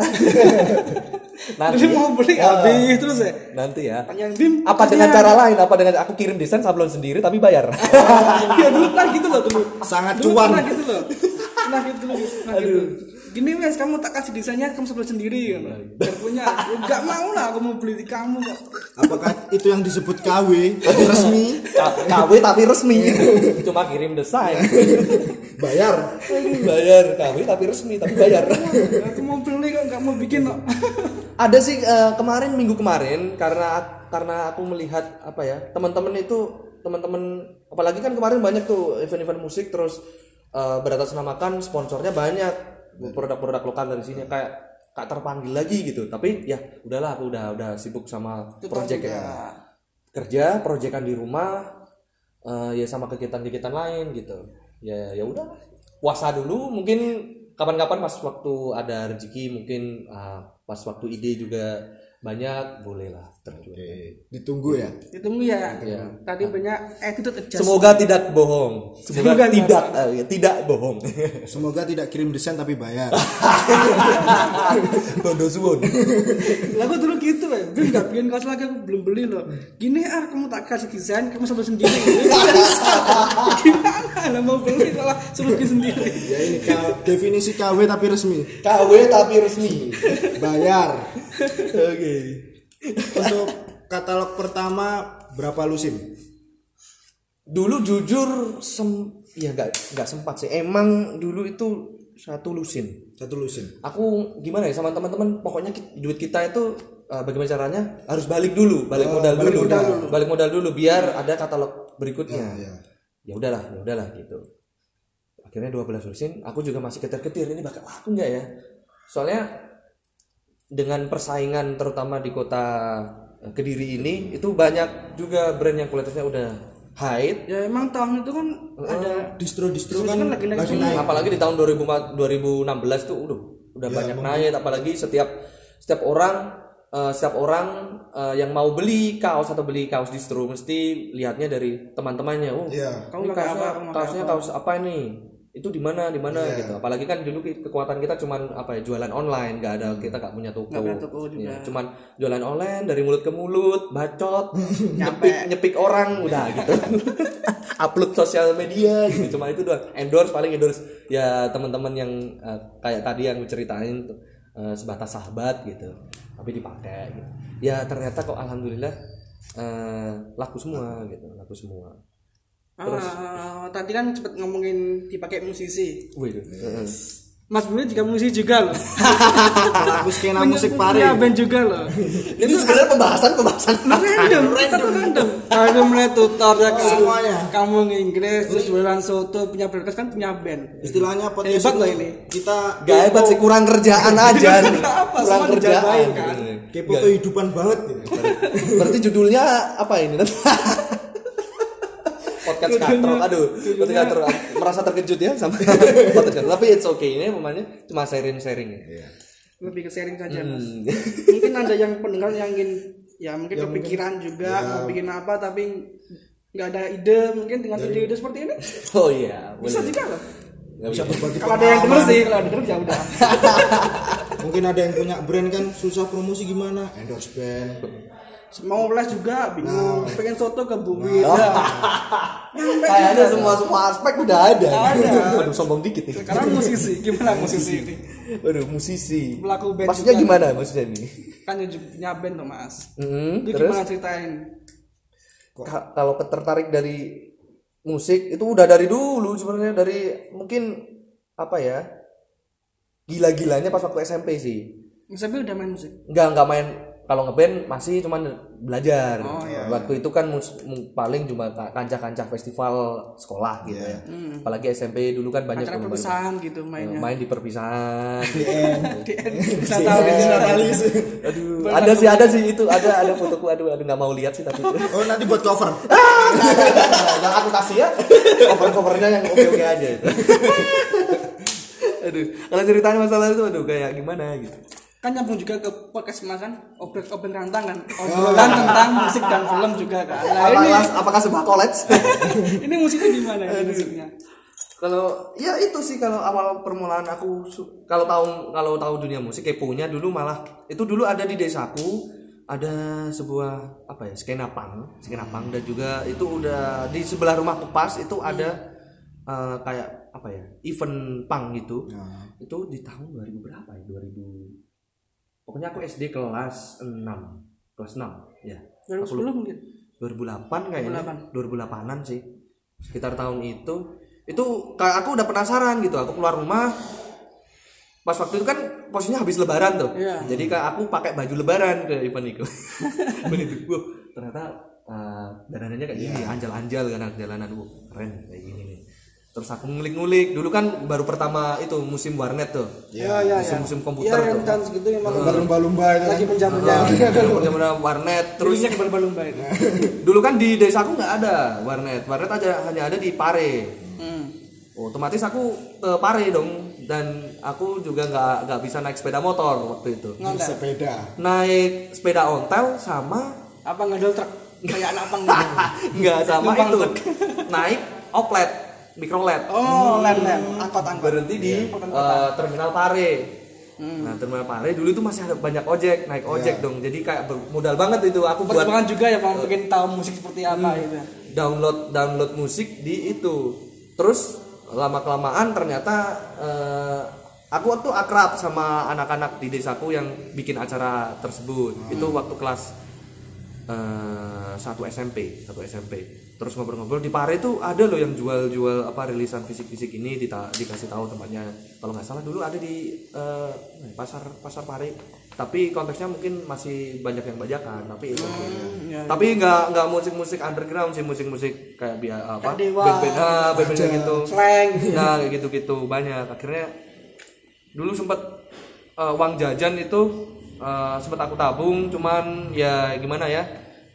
nanti
Jadi mau beli
Ah.
habis terus ya.
nanti ya.
Tanya Bim.
Apa dengan
katanya-
cara lain? Apa dengan aku kirim desain sablon sendiri tapi bayar?
Ya dulu pernah gitu loh dulu.
Sangat
Dulu
cuan.
pernah gitu loh. Pernah gitu loh. Pernah gitu. Gini wes, kamu tak kasih desainnya, kamu sebelah sendiri kan. Biar punya. Ya, nggak mau lah, aku mau beli di kamu kok.
Apakah itu yang disebut K W resmi?
K- KW tapi resmi. Cuma kirim desain.
Bayar.
Bayar K W tapi resmi tapi bayar.
Aku mau beli kok, nggak mau bikin kok.
Ada sih eh, kemarin minggu kemarin karena karena aku melihat apa ya teman-teman itu teman-teman apalagi kan kemarin banyak tuh event-event musik terus eh, beratasnamakan sponsornya banyak produk-produk lokal dari sini kayak kak terpanggil lagi gitu tapi ya udahlah aku udah udah sibuk sama project ya kerja proyekan di rumah eh, ya sama kegiatan-kegiatan lain gitu ya ya udah puasa dulu mungkin kapan-kapan pas waktu ada rezeki mungkin uh, pas waktu ide juga banyak boleh lah terjun.
Ditunggu ya.
Ditunggu ya.
Iya.
Tadi banyak attitude adjust.
Semoga tidak bohong. Semoga,
Semoga
tidak uh, ya, tidak bohong.
Semoga tidak kirim desain tapi bayar.
Tondo suwun.
Lah aku dulu gitu ya. Bim nggak bikin kaos lagi, aku belum beli loh. Gini ah, kamu tak kasih desain, kamu sambil sendiri. Gimana lah mau beli malah suruh bikin sendiri.
Ya ini K- definisi K W tapi resmi.
K W tapi resmi.
Bayar.
Oke.
Untuk katalog pertama berapa lusin?
Dulu jujur sem ya nggak nggak sempat sih. Emang dulu itu satu lusin.
Satu lusin.
Aku gimana ya sama teman-teman pokoknya ki- duit kita itu uh, bagaimana caranya harus balik dulu balik
Oh,
modal
balik
dulu
modal dulu.
balik modal dulu biar ada katalog berikutnya
Ya, ya.
ya udahlah ya udahlah gitu akhirnya dua belas lusin aku juga masih ketir-ketir ini bakal laku nggak ya soalnya dengan persaingan terutama di kota uh, Kediri ini itu banyak juga brand yang kualitasnya udah high.
Ya emang tahun itu kan ada
Distro-distro
Distro
kan
kan lagi naik
lagi
semua.
naik.
Apalagi di tahun dua ribu dua ribu enam belas tuh udah udah
Ya,
banyak
mungkin.
naik apalagi setiap setiap orang eh, setiap orang eh, yang mau beli kaos atau beli kaos distro mesti lihatnya dari teman-temannya. Oh,
Iya.
Kamu
ini
pakai
kaosnya,
apa, kamu pakai
kaosnya
apa?
kaos apa nih? Itu di mana di mana
Iya.
gitu. Apalagi kan dulu ke- kekuatan kita cuman apa ya jualan online, nggak ada kita nggak punya toko.
Nggak punya toko juga.
Iya, cuman jualan online dari mulut ke mulut, bacot, nyepik nyepik orang udah gitu. Upload sosial media gitu. Cuma itu doang. Endorse paling endorse ya teman-teman yang eh, kayak tadi yang ceritain tuh, eh, sebatas sahabat gitu. Tapi dipakai gitu. Ya ternyata kok alhamdulillah eh, laku semua gitu, laku semua.
Ah, tadi kan cepet ngomongin dipakai musisi.
Wih,
Mas Bumi juga musisi juga loh.
Pelaku skena musik pare.
Punya band juga loh.
itu sebenarnya pembahasan pembahasan
Random, random, random. Kamu mulai tutor ya kamu,
Semuanya.
kamu Inggris, terus jualan soto, punya broadcast kan punya band.
Istilahnya podcast
Hebat loh ini.
Kita
Gak hebat sih kurang kerjaan aja nih.
Apa,
kurang
semua
kerjaan
dijabain kan?
kepo kehidupan banget gitu.
Berarti judulnya apa ini? Podcast katrok. Aduh, podcast katrok. Merasa terkejut ya sama podcast katrok. Tapi it's okay ini namanya cuma sharing-sharing ya.
Lebih ke sharing saja mas.
Hmm.
Mungkin ada yang pendengar yang ingin, ya mungkin kepikiran juga mau bikin apa tapi nggak ada ide, mungkin dengan ide-ide seperti ini
Oh iya,
bisa
boleh.
juga loh.
Nggak
Bisa
bisa.
berbagi
Kalau ada yang denger
pengalaman.
sih, kalau ada denger ya udah.
Mungkin ada yang punya brand kan susah promosi gimana? Endorse band.
Mau les juga bingung, pengen soto ke bumi.
Oh.
Ya. Nyampe
Kayaknya
juga.
semua semua aspek udah ada.
Ada.
Aduh, sombong dikit nih.
Sekarang musisi, gimana musisi ini?
Waduh, musisi.
Pelaku band
Maksudnya
juga.
gimana maksudnya ini?
Kan juga punya band loh mas.
Mm,
Itu
terus
gimana ceritain?
Ka- kalau tertarik dari musik itu udah dari dulu sebenarnya dari mungkin apa ya gila-gilanya pas waktu S M P sih
Mas Abi udah main musik?
nggak nggak main kalau ngeband masih cuman belajar.
Oh, iya.
Waktu itu kan mus- mu- paling cuma ka- kancah-kancah festival sekolah gitu ya.
Hmm.
Apalagi S M P dulu kan banyak
acara
lomba-
perpisahan gitu mainnya.
main di perpisahan.
D N
D N bisa tahu
D N Natalis.
Aduh, ada sih ada sih itu ada ada fotoku aduh aduh nggak mau lihat sih tapi
Oh nanti buat cover.
yang aku kasih ya cover-covernya yang oke-oke aja itu. Aduh, kalau ceritanya masalah itu aduh kayak gimana gitu.
Kan nyambung juga ke podcast Mas kan, obrol-obrol rantang kan, obrolan tentang musik dan film juga kan. Nah ini
Apakah, apakah sebuah college?
ini musiknya gimana ini musiknya?
Kalau ya itu sih kalau awal permulaan aku su- kalau tahu kalau tahu dunia musik keponya dulu malah itu dulu ada di desaku ada sebuah apa ya skena punk, skena punk dan juga itu udah di sebelah rumahku pas itu ada eh, kayak apa ya event punk gitu. Itu di tahun dua ribu berapa ya? dua ribu Pokoknya aku S D kelas enam. Kelas enam, ya.
dua ribu sepuluh mungkin.
dua ribu delapan kayaknya.
dua ribu delapan.
dua ribu delapan-an sih. Sekitar tahun itu. Itu kayak aku udah penasaran gitu. Aku keluar rumah pas waktu itu kan posisinya habis lebaran tuh.
Iya.
Jadi kayak aku pakai baju lebaran ke event itu. Event itu. Wah, ternyata uh, danannya kayak gini, anjal-anjal kan jalanan. Wah, keren kayak gini nih. Terus aku ngulik-ngulik. Dulu kan baru pertama itu musim warnet tuh.
Iya iya.
Musim-musim komputer
Iya yang
tuh.
dance gitu emang
Lumba-lumba itu.
lagi menjamurnya.
Zaman warnet terus
Terusnya berlomba itu.
dulu kan di desa aku nggak ada warnet. Warnet aja hanya ada di Pare.
Hmm.
Otomatis aku ke Pare dong dan aku juga nggak nggak bisa naik sepeda motor waktu itu.
Ngontel.
Sepeda.
Naik sepeda ontel sama
Apa ngedol truk kayak anak pang gitu.
nggak sama
Numpang
itu
truk.
naik oplet mikrolet
Oh, lem-lem, angkot-angkot.
berhenti di eh, terminal Pare. Nah terminal Pare dulu itu masih ada banyak ojek naik ojek dong jadi kayak bermodal banget itu aku buat
Perjuangan juga ya Bang, pengen tahu musik seperti apa gitu.
download download musik di itu terus lama kelamaan ternyata eh, aku waktu akrab sama anak-anak di desaku yang bikin acara tersebut itu waktu kelas eh, satu S M P satu S M P terus ngobrol-ngobrol di Pare itu ada loh yang jual-jual apa rilisan fisik-fisik ini dita- dikasih tahu tempatnya kalau nggak salah dulu ada di eh, pasar pasar Pare tapi konteksnya mungkin masih banyak yang bajakan tapi itu
iya,
tapi nggak nggak musik-musik underground sih musik-musik kayak biar apa
Kayak Dewa.
band-band ah, band-band kayak gitu
Slang.
nah kayak gitu-gitu banyak akhirnya dulu sempet eh, uang jajan itu eh, sempet aku tabung cuman ya gimana ya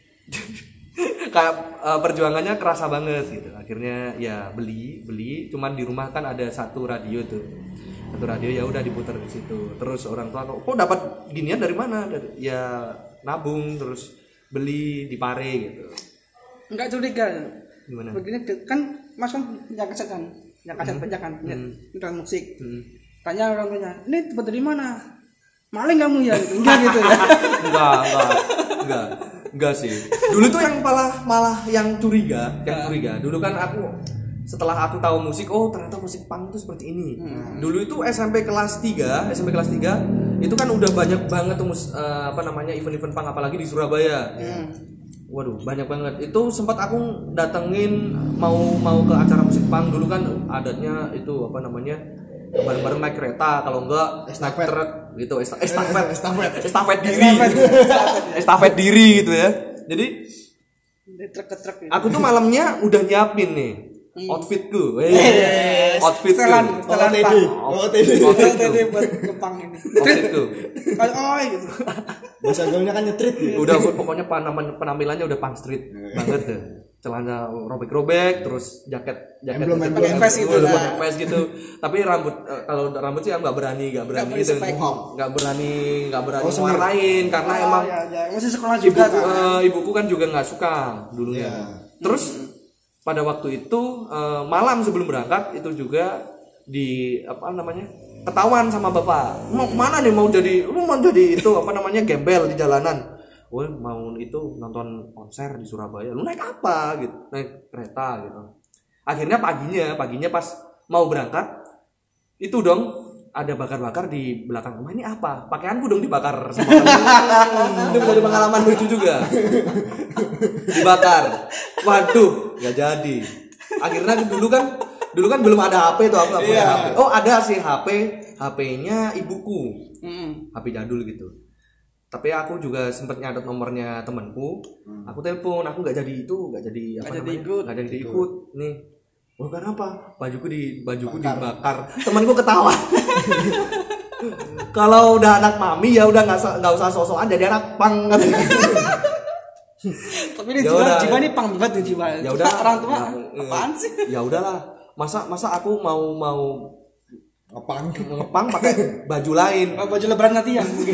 kayak eh, perjuangannya kerasa banget gitu akhirnya ya beli beli cuman di rumah kan ada satu radio tuh satu radio ya udah diputar di situ terus orang tua kok kok dapat ginian dari mana dari, ya nabung terus beli di Pare gitu
Enggak curiga.
gimana
Begini kan Mas kan punya kaset kan, punya kaset banyak kan, punya tentang musik.
Hmm.
Tanya orang tuanya, ini dapat dari mana? Maling kamu ya? Gitu. Enggak gitu ya?
enggak enggak enggak enggak sih dulu tuh yang malah malah yang curiga yang curiga dulu kan aku setelah aku tahu musik oh ternyata musik punk itu seperti ini dulu itu S M P kelas tiga S M P kelas tiga itu kan udah banyak banget tuh mus, eh, apa namanya event-event punk apalagi di Surabaya waduh banyak banget itu sempat aku datengin mau mau ke acara musik punk dulu kan adatnya itu apa namanya bareng-bareng naik kereta kalau enggak naik truk gitu esta- estafet
Estafet.
estafet diri estafet diri gitu ya jadi
Dari truk ke truk gitu.
aku tuh malamnya udah nyiapin nih outfitku eh, outfitku
Setelan, setelan
O T D.
Pak.
O T D.
L T D
outfitku
buat kepang ini.
outfitku
Kayak oi gitu.
Bahasa gaulnya kan nyetrit.
udah pokoknya penampilan penampilannya udah punk street banget deh celana robek-robek terus jaket jaket
Emblem,
gitu,
emblem.
Vest gitu
emblem,
lah.
vest gitu tapi rambut eh, kalau rambut sih nggak berani nggak berani
berani
gitu
spek.
nggak berani nggak berani
Oh, semir.
warnain karena
Oh,
emang
ya, ya. Masih sekolah
ibuku
juga kan.
eh, ibuku kan juga nggak suka dulunya
Iya.
terus pada waktu itu eh, malam sebelum berangkat itu juga di apa namanya ketahuan sama bapak mau kemana nih mau jadi lu mau jadi itu apa namanya gembel di jalanan Woi mau itu nonton konser di Surabaya lu naik apa gitu naik kereta gitu akhirnya paginya paginya pas mau berangkat itu dong ada bakar-bakar di belakang rumah ini apa pakaianku dong dibakar sama itu menjadi pengalaman lucu juga dibakar waduh nggak jadi akhirnya dulu kan dulu kan belum ada H P tuh aku nggak punya H P oh ada sih H P H P-nya ibuku
Hmm.
H P jadul gitu tapi aku juga sempet nyatet nomornya temanku. Hmm. Aku telepon, aku nggak jadi itu, nggak jadi apa
Nggak jadi
namanya,
ikut.
nggak jadi ikut. Nih, oh kenapa? Bajuku di bajuku dibakar. Temanku ketawa. Kalau udah anak mami ya udah nggak nggak usah sok-sokan jadi anak pang.
Tapi ini jiwa, jiwa ini pang banget nih jiwa.
Ya udah
orang tua
ya,
apaan sih?
Ya udahlah. Masa masa aku mau mau
ngepang
ngepang pakai baju lain.
Oh, baju lebaran nanti ya mungkin.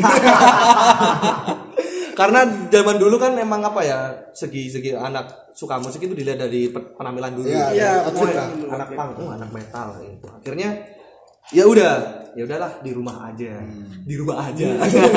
Karena zaman dulu kan emang apa ya, segi-segi anak suka musik itu dilihat dari penampilan dulu.
Iya,
Iya,
outfit
mulai
lah.
dulu.
Anak punk, oh, anak metal gitu. Akhirnya ya udah, ya udahlah di rumah aja. Di rumah aja.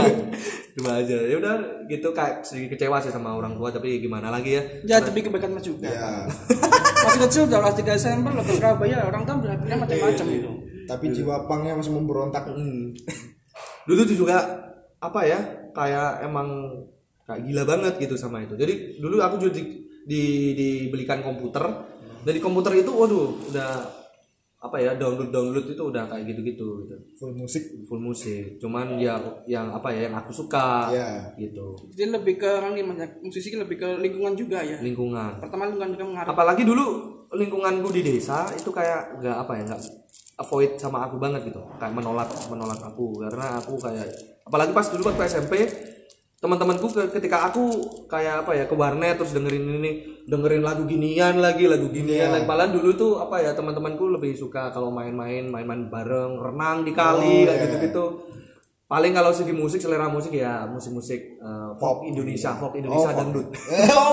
Di rumah aja. Ya udah gitu, kayak sedikit kecewa sih sama orang tua, tapi gimana lagi ya.
Ya tapi kebaikan mas juga.
ya.
Masih kecil udah kelas tiga S M P lo ke Surabaya, orang tua berpikir macam-macam itu.
Tapi jiwa pangnya masih memberontak.
Hmm. Dulu tuh juga apa ya, kayak emang kayak gila banget gitu sama itu. Jadi dulu aku juga di, di dibelikan komputer. Dari komputer itu waduh udah apa ya, download download itu udah kayak gitu-gitu gitu.
Full musik.
Full musik. Cuman ya yang apa ya, yang aku suka
Iya.
gitu.
Jadi lebih ke orang nih mas, musisi lebih ke lingkungan juga ya.
Lingkungan.
Pertama lingkungan juga mengaruh.
Apalagi dulu lingkunganku di desa itu kayak nggak apa ya, nggak avoid sama aku banget gitu, kayak menolak menolak aku, karena aku kayak apalagi pas dulu waktu S M P teman-temanku ketika aku kayak apa ya ke warnet terus dengerin ini dengerin lagu ginian lagi lagu ginian
Yeah.
lagi, malah dulu tuh apa ya, teman-temanku lebih suka kalau main-main main-main bareng, renang di kali
Oh,
kayak
yeah.
gitu-gitu. Paling kalau segi musik, selera musik ya musik-musik uh, folk Indonesia, folk Indonesia,
Oh,
dangdut.
Oh.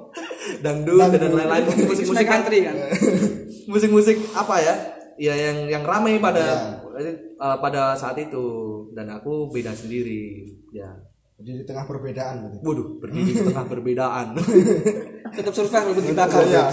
dangdut dan lain-lain, musik-musik
country kan.
musik-musik apa ya, ya yang yang ramai pada
Iya.
uh, pada saat itu, dan aku beda sendiri ya.
Jadi di tengah perbedaan gitu.
Waduh, berdiri di tengah perbedaan.
Tetap survive walaupun dibakar.
Iya.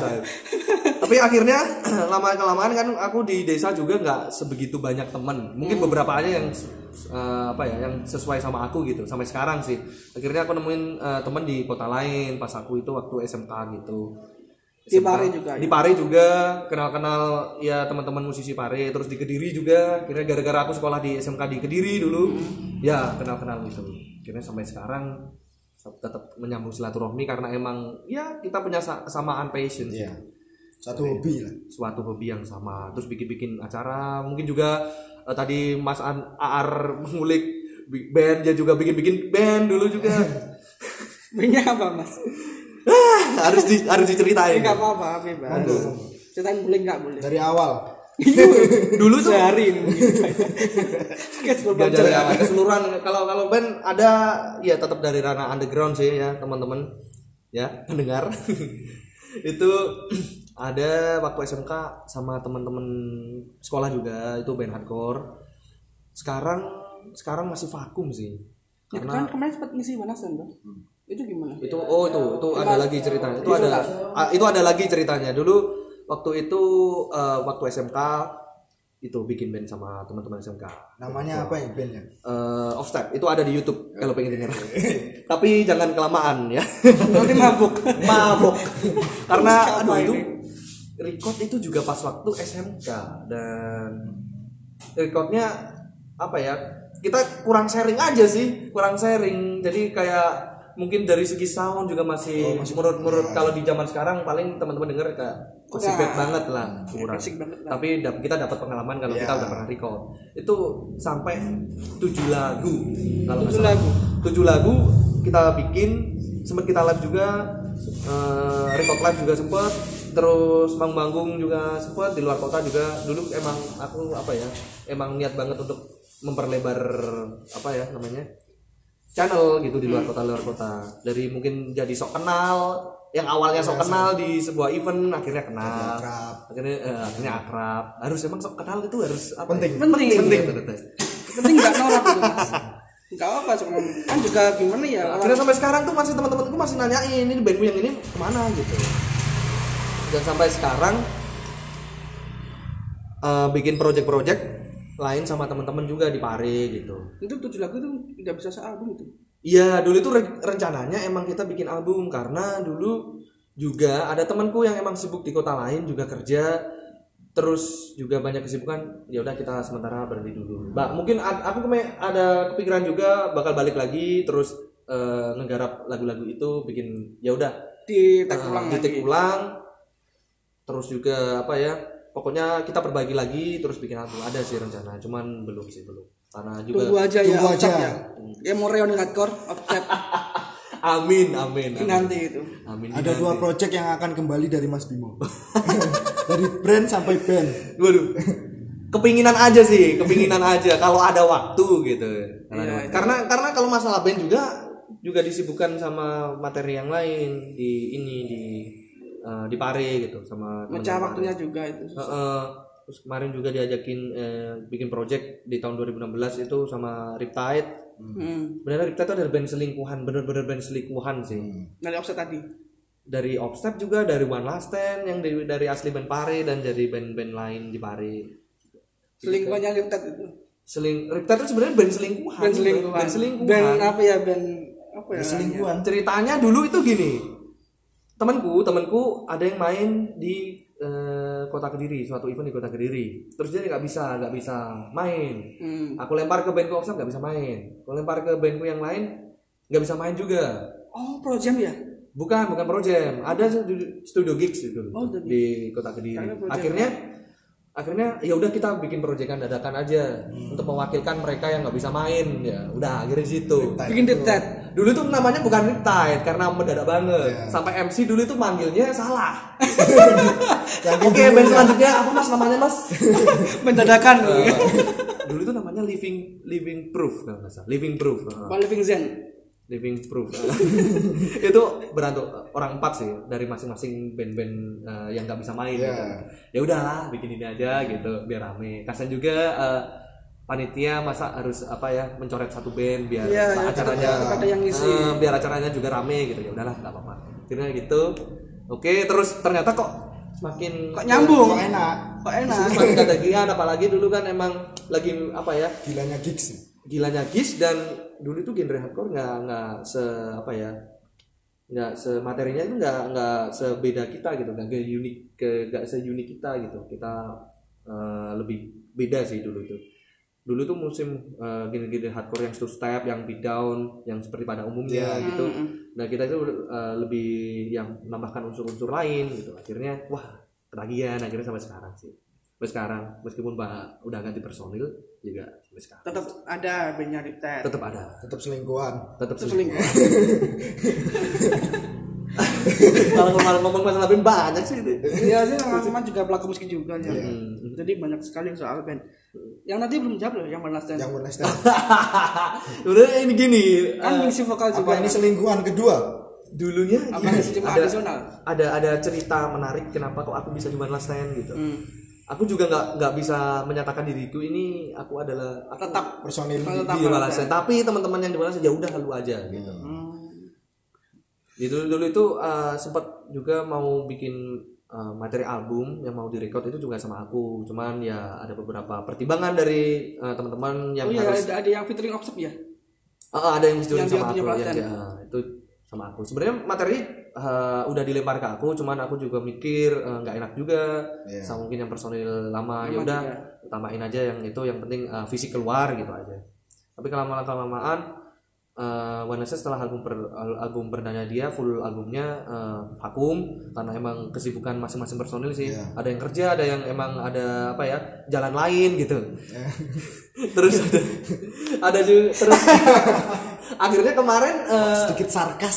Tapi akhirnya lama kelamaan kan aku di desa juga nggak sebegitu banyak teman. Mungkin beberapa aja yang uh, apa ya, yang sesuai sama aku gitu sampai sekarang sih. Akhirnya aku nemuin uh, teman di kota lain pas aku itu waktu S M K gitu.
Di Pare juga.
Di
Ya?
Pare juga kenal-kenal ya teman-teman musisi Pare, terus di Kediri juga. Kira gara-gara aku sekolah di S M K di Kediri dulu. Ya, kenal-kenal gitu. Kira sampai sekarang tetap menyambung silaturahmi karena emang ya kita punya kesamaan passion.
Iya. Satu hobi lah.
Suatu hobi yang sama. Terus bikin-bikin acara, mungkin juga eh, tadi Mas An Aar mengulik band, dia juga bikin-bikin band dulu juga.
Bandnya apa mas?
harus di, harus diceritain.
Enggak apa-apa, bebas. Ceritain boleh nggak boleh?
Dari awal.
Dulu tuh
Sehari ini mungkin.
Gak dari awal keseluruhan. Kalau kalau band ada ya tetap dari ranah underground sih ya teman-teman ya pendengar. Itu ada waktu S M K sama teman-teman sekolah juga, itu band hardcore. Sekarang sekarang masih vakum sih.
Ya,
Karena
kan kemarin sempat ngisi Wanasan tuh. Itu gimana?
itu oh itu itu ada lagi ceritanya. Itu ada ah, itu ada lagi ceritanya. Dulu waktu itu uh, waktu S M K itu bikin band sama teman-teman S M K.
Namanya apa ya bandnya?
Uh, Offstep itu ada di YouTube kalau pengen denger. Tapi jangan kelamaan ya.
Nanti mabuk.
Mabok. Karena aduh
Apa
itu
ini?
record itu juga pas waktu S M K, dan recordnya apa ya, kita kurang sharing aja sih, kurang sharing. Jadi kayak mungkin dari segi sound juga masih,
Oh, masih
menurut-menurut kalau di zaman sekarang paling teman-teman denger kayak masih
Kurang.
bad banget lah, kurang.
Basic banget lah.
Tapi dap- kita dapat pengalaman kalau
Yeah.
kita udah pernah record. Itu sampai tujuh lagu. Kalau nggak
Tujuh
salah.
lagu.
tujuh lagu kita bikin, sempat kita live juga, eh, record live juga sempat, terus manggung juga sempat di luar kota juga. Dulu emang aku apa ya, emang niat banget untuk memperlebar apa ya namanya, channel gitu di luar kota luar kota. Dari mungkin jadi sok kenal, yang awalnya sok kenal di sebuah event akhirnya kenal,
Akrab.
akhirnya eh, akhirnya akrab. Harus emang sok kenal itu harus apa
Penting.
ya?
Penting.
penting, penting.
Penting nggak norak itu mas. Nggak apa sekarang kan juga gimana ya.
Akhirnya sampai sekarang tuh masih teman-temanku masih nanyain ini bandmu yang ini kemana gitu. Dan sampai sekarang eh, bikin project-project lain sama teman-teman juga di Pare gitu.
Itu tujuh lagu itu nggak bisa sealbum itu.
Iya, dulu itu re- rencananya emang kita bikin album, karena dulu juga ada temanku yang emang sibuk di kota lain juga kerja. terus juga banyak kesibukan, ya udah kita sementara berhenti dulu. Mbak, mungkin a- aku keme- ada kepikiran juga bakal balik lagi terus uh, ngegarap lagu-lagu itu, bikin ya udah
di tag
uh,
ulang
di tag
lagi.
ulang. Terus juga apa ya? Pokoknya kita perbaiki lagi terus bikin album. Ada sih rencana, cuman belum sih belum. Karena juga
Tunggu aja ya,
Tunggu aja.
Offset ya. Ya mau reuni hardcore, offset
amin amin. amin.
nanti itu.
Amin.
Ada
nanti.
dua project yang akan kembali dari Mas Bimo. Dari brand sampai band.
Waduh. Kepinginan aja sih, kepinginan aja kalau ada waktu gitu. Kalau ada
Iya,
waktu.
iya.
Karena karena kalau masalah band juga juga disibukkan sama materi yang lain di ini di eh, di Pare gitu sama
Mecah
teman-teman
waktunya
Pare.
juga itu.
Heeh. Terus kemarin juga diajakin eh, bikin project di tahun dua ribu enam belas itu sama Riptide.
Hmm.
Sebenarnya Riptide itu adalah band selingkuhan, bener-bener band selingkuhan sih.
Dari offset tadi.
Dari Obstep juga, dari One Last Stand yang dari, dari asli band Pare dan dari band-band lain di Pare.
Selingkuhannya Riptide itu.
Seling Riptide itu sebenarnya band selingkuhan.
Band selingkuhan.
Band selingkuhan.
Band apa ya band apa ya?
Selingkuhan.
Ceritanya dulu itu gini. Temanku, temanku ada yang main di eh, Kota Kediri, suatu event di Kota Kediri. Terus dia nggak bisa, nggak bisa main.
Hmm.
Aku lempar ke bandku Obstep nggak bisa main. Aku lempar ke bandku yang lain nggak bisa main juga.
Oh, Pro Jam ya?
Bukan, bukan Pro Jam. Ada studio, studio gigs itu
Oh, studio.
di Kota Kediri.
Karena Pro Jam.
Akhirnya akhirnya ya udah kita bikin proyekan dadakan aja untuk mewakilkan mereka yang nggak bisa main ya. Udah akhirnya di situ.
Bikin Riptide.
Dulu tuh namanya bukan Riptide karena mendadak banget. Sampai M C dulu itu manggilnya salah. Oke, band selanjutnya apa Mas namanya Mas?
Mendadakan.
Eh, dulu itu namanya Living Living Proof kalau nggak salah. Living Proof.
Pak Living Zen.
Living Proof. Itu berantuk orang empat sih dari masing-masing band-band uh, yang nggak bisa main
Yeah.
gitu. Ya udahlah bikin ini aja gitu biar rame. Kasian juga uh, panitia masa harus apa ya mencoret satu band biar
Iya, ya,
acaranya
tetap ada yang ngisi.
uh, biar acaranya juga rame gitu. Ya udahlah nggak apa-apa. Akhirnya gitu. Oke, terus ternyata kok semakin
Kok nyambung?
Kok enak.
Kok enak?
semakin ketagihan apalagi dulu kan emang lagi apa ya?
Gilanya gigs.
Gilanya Gis dan dulu itu genre hardcore nggak nggak se apa ya nggak sematerinya itu nggak nggak sebeda kita gitu nggak ke unik ke nggak seunik kita gitu kita uh, lebih beda sih dulu itu dulu tuh musim uh, genre-genre hardcore yang two step yang beat down yang seperti pada umumnya
Yeah.
gitu nah kita itu uh, lebih yang menambahkan unsur-unsur lain gitu akhirnya wah ketagihan akhirnya sampai sekarang sih sampai sekarang meskipun Pak udah ganti personil juga sampai sekarang
Tetap ada bandnya Riptide.
tetap ada
Tetap selingkuhan.
tetap
Terus
selingkuh.
selingkuh.
Kalau malah ngomong masalah band banyak sih itu.
Iya sih, teman-teman juga pelaku musik juga ya.
Hmm.
Jadi banyak sekali soal band. Yang nanti belum jawab loh, yang One Last Stand.
Yang One Last Stand.
Udah ini gini.
Kan
eh,
ngisi vokal juga.
Apa ini selingkuhan kedua?
dulunya
Apa
gini,
ngisi cuma
ada,
adisional?
ada ada cerita menarik kenapa kok aku bisa di One Last Stand gitu.
Hmm.
Aku juga nggak nggak bisa menyatakan diriku ini aku adalah aku
Tetap
Personil.
tetap
di One Last Stand. Tapi teman-teman yang di One Last Stand ya udah lu aja gitu.
Hmm.
Di dulu dulu itu uh, sempat juga mau bikin uh, materi album yang mau direkod itu juga sama aku. Cuman ya ada beberapa pertimbangan dari uh, teman-teman yang
Oh iya,
harus
ada, ada yang featuring Obsep ya?
uh, ada yang featuring
Yang dia
sama
punya
aku yang
perasaan.
dia, uh, itu sama aku. Sebenarnya materi uh, udah dilempar ke aku, cuman aku juga mikir uh, nggak enak juga
Iya.
sama mungkin yang personil lama. Ya
Lama
udah
juga.
tambahin aja yang itu yang penting uh, fisik keluar gitu aja. Tapi kelamaan kelamaan uh, One Last Stand setelah album per, album perdana dia full albumnya uh, vakum karena emang kesibukan masing-masing personil sih.
Iya.
Ada yang kerja, ada yang emang ada apa ya jalan lain gitu. Terus ada ada juga terus akhirnya kemarin uh,
Sedikit sarkas.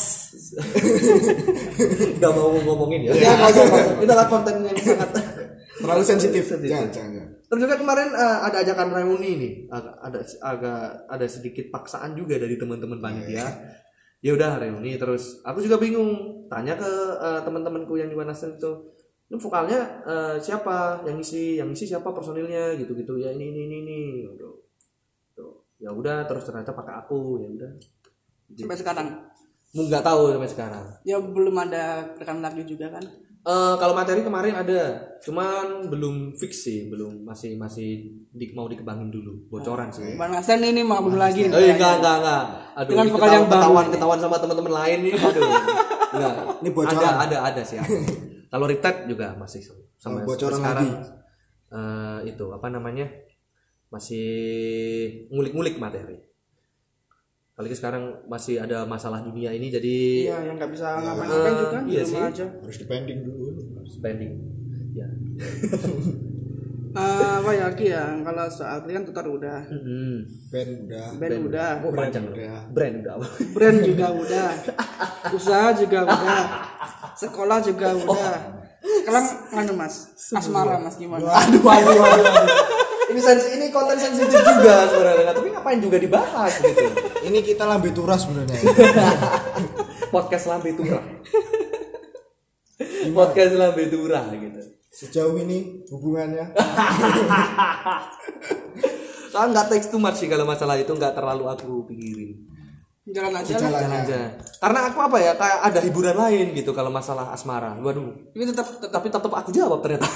nggak mau ngomongin ya.
Iya, nggak usah, nggak usah.
Itu adalah konten yang sangat
Terlalu sensitif.
Sensitif.
Jangan, jangan, jangan.
Terus juga kemarin uh, ada ajakan reuni nih, agak ada agak ada sedikit paksaan juga dari teman-teman panitia. Ya udah reuni terus. Aku juga bingung, tanya ke uh, teman-temanku yang di One Last Stand itu, "Ini vokalnya uh, siapa yang ngisi? Yang ngisi siapa personilnya?" gitu-gitu. Ya ini ini ini ini. Tuh. Tuh. Ya udah terus ternyata pakai aku, ya udah.
Sampai sekarang.
Mau nggak tahu sampai sekarang.
Ya belum ada rekan lagi juga kan?
Eh, kalau materi kemarin ada, cuman belum fix sih, belum masih masih di, mau dikembangin dulu, bocoran sih.
One Last Stand ini mah belum lagi.
Oh iya, enggak enggak enggak. Aduh,
Dengan
ini
vokal yang baru
ketahuan
ini.
ketahuan sama teman-teman lain nih. Aduh. Enggak.
Ini bocoran.
Ada ada ada sih. Ada. Kalau Riptide juga masih sama
Oh, bocoran
sekarang.
lagi.
uh, itu apa namanya masih ngulik-ngulik materi. Apalagi sekarang masih ada masalah dunia ini jadi
iya yang nggak bisa ngapain-ngapain
uh,
juga
iya
di rumah
sih.
aja.
Harus dipending dulu.
Spending. Ya.
Uh, apa ya lagi ya kalau soal kan tutor udah,
Mm-hmm.
Band udah.
band, band udah,
Oh, panjang
udah.
Brand udah.
brand juga udah, usaha juga udah, sekolah juga udah. Sekarang mana mas? Asmara mas gimana?
Aduh, aduh, aduh, aduh. Ini sensi, ini konten sensitif juga sebenarnya, tapi ngapain juga dibahas gitu.
Ini kita lambe turah sebenarnya.
Podcast lambe turah. Podcast lambe turah gitu.
Sejauh ini hubungannya.
Soalnya nggak text too much sih kalau masalah itu, nggak terlalu aku pikirin.
Jalan aja lah.
Jalan.
Jalan aja. Karena aku apa ya, kayak ada hiburan lain gitu kalau masalah asmara. Waduh.
Ini tetap tetap
Tapi tetap aku jawab ternyata.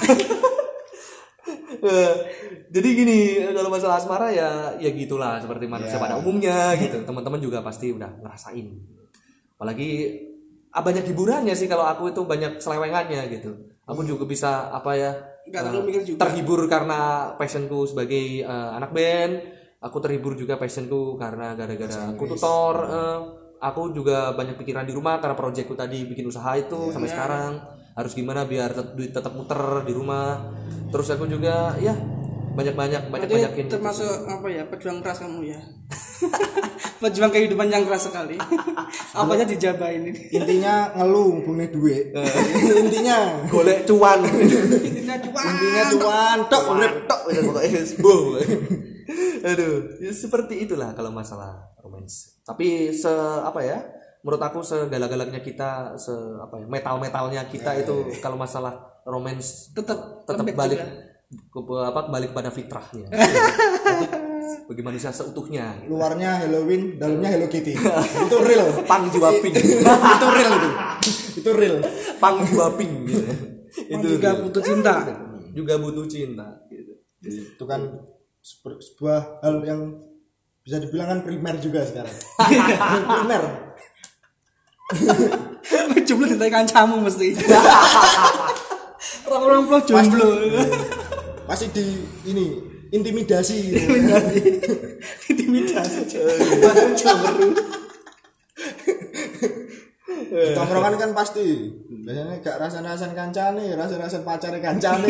Jadi gini, kalau masalah asmara ya ya gitulah seperti manusia
Ya.
pada umumnya gitu. Teman-teman juga pasti udah ngerasain. Apalagi ah, banyak hiburannya sih kalau aku itu banyak selewengannya gitu. Aku juga bisa apa ya
Nggak
eh,
terlalu mikir juga.
terhibur karena passionku sebagai eh, anak band. Aku terhibur juga passionku karena gara-gara aku tutor. eh, aku juga banyak pikiran di rumah karena proyekku tadi bikin usaha itu sampai sekarang. Harus gimana biar tet- duit tetap muter di rumah. Terus aku juga ya banyak-banyak banyak-banyakin
Berarti termasuk apa ya pejuang keras kamu ya. Pejuang kehidupan yang keras sekali. Apa aja dijabain ini.
Intinya ngeluh punya duit. Intinya
golek cuan.
Intinya cuan.
intinya cuan tok urip.
tok udah pokoknya bo. Aduh, ya seperti itulah kalau masalah romance. Tapi se apa ya? Menurut aku segala-galanya kita, se apa ya? Metal-metalnya kita itu kalau masalah romance
Tetap
tetap
lembek
balik
juga.
ke apa kembali kepada fitrahnya. Bagi manusia seutuhnya. Gitu.
Luarnya Halloween, dalamnya Hello Kitty. Itu real.
Pang jiwa pink.
Itu real itu. Itu real.
Pang jiwa pink gitu.
Itu juga
real.
butuh cinta.
Juga butuh cinta gitu.
Itu kan seper- sebuah hal yang bisa dibilang kan primer juga sekarang. Primer.
Jomblo ditanya kancamu mesti. Orang-orang pro jomblo.
Pasti di ini intimidasi.
Intimidasi.
Tongkrongan kan pasti biasanya gak rasan-rasan kancane, rasan-rasan pacare kancane.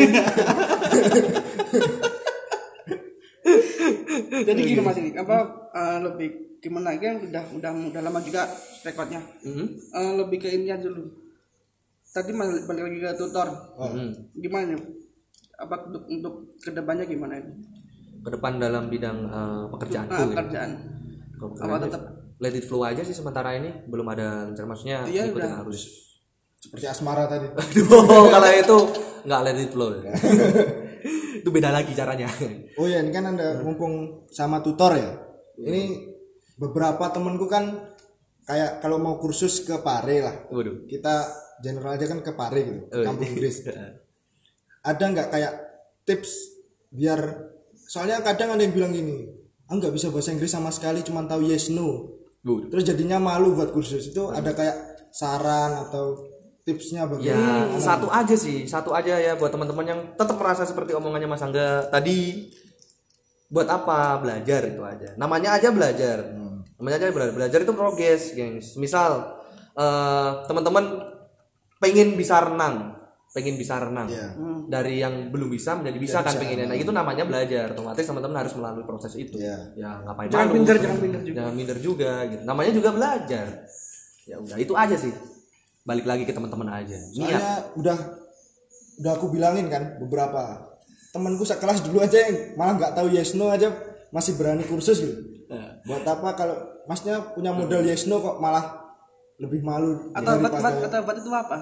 Jadi gini mas ini apa eh, lebih gimana kan udah udah udah lama juga rekodnya. Eh, lebih ke ininya dulu. Tadi balik balik lagi ke tutor. Gimana nih? Apa untuk untuk kedepannya gimana ini?
Ke depan dalam bidang uh, pekerjaanku
Nah,
gitu.
pekerjaan.
Kalau
Apa
pekerjaan
tetap?
let it flow aja sih sementara ini, belum ada rencana, maksudnya
Iya,
ikutin
udah.
arus.
Seperti asmara tadi.
Aduh, kalau itu nggak let it flow. Itu beda lagi caranya.
Oh ya, ini kan Anda mumpung sama tutor ya. Ini beberapa temenku kan kayak kalau mau kursus ke Pare lah.
Waduh.
Kita general aja kan ke Pare gitu, ke
Oh,
kampung
iya.
Inggris. Ada nggak kayak tips biar, soalnya kadang ada yang bilang gini, ah nggak bisa bahasa Inggris sama sekali, cuma tahu yes no.
Waduh.
Terus jadinya malu buat kursus. Itu ada kayak saran atau tipsnya
Ya,
bagaimana?
satu aja sih, satu aja ya buat teman-teman yang tetap merasa seperti omongannya Mas Angga tadi. Buat apa? Belajar itu aja. Namanya aja belajar. Namanya aja belajar. Belajar itu progres, gengs. Misal eh, teman-teman pengen bisa renang, pengen bisa renang.
Iya.
Dari yang belum bisa menjadi bisa kan pengennya. Nah, itu namanya belajar. Otomatis teman-teman harus melalui proses itu.
Iya.
Ya, ngapain
Jangan
malu.
minder, jangan minder juga.
Jangan minder juga gitu. Namanya juga belajar. Ya udah, itu aja sih. Balik lagi ke teman-teman aja. Niat.
Soalnya udah udah aku bilangin kan beberapa temanku sekelas dulu aja yang malah nggak tahu yes no aja masih berani kursus gitu.
Nah.
Buat apa kalau masnya punya modal yes no kok malah lebih malu
Atau buat
daripada
buat atau buat itu apa?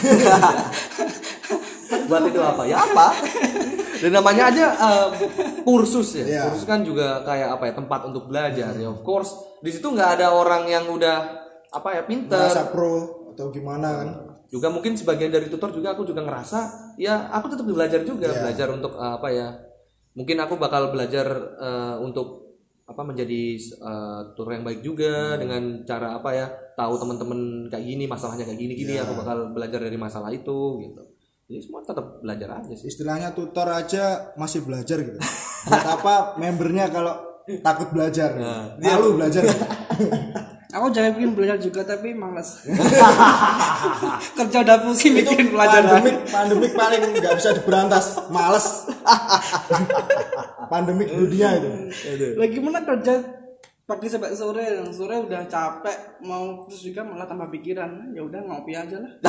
Buat itu apa? Ya apa? Dan namanya aja uh, kursus ya.
Iya.
Kursus kan juga kayak apa ya, tempat untuk belajar. Ya of course, di situ nggak ada orang yang udah apa ya pinter.
merasa pro atau gimana kan.
Juga mungkin sebagian dari tutor juga aku juga ngerasa ya aku tetap belajar juga,
Iya.
belajar untuk uh, apa ya? Mungkin aku bakal belajar uh, untuk apa menjadi uh, tutor yang baik juga dengan cara apa ya? Tahu teman-teman kayak gini, masalahnya kayak gini-gini,
Iya.
aku bakal belajar dari masalah itu gitu. Jadi semua tetap belajar aja sih.
Istilahnya tutor aja masih belajar gitu. Buat apa membernya kalau takut belajar? Nah, malu belajar.
Aku jangan bikin belajar juga tapi malas. Kerja udah pusing bikin belajar.
Pandemik, pandemik paling nggak bisa diberantas, malas. Pandemik dunia itu.
Lagi mana kerja pagi sampai sore, sore udah capek, mau terus juga malah tambah pikiran. Ya udah ngopi aja lah.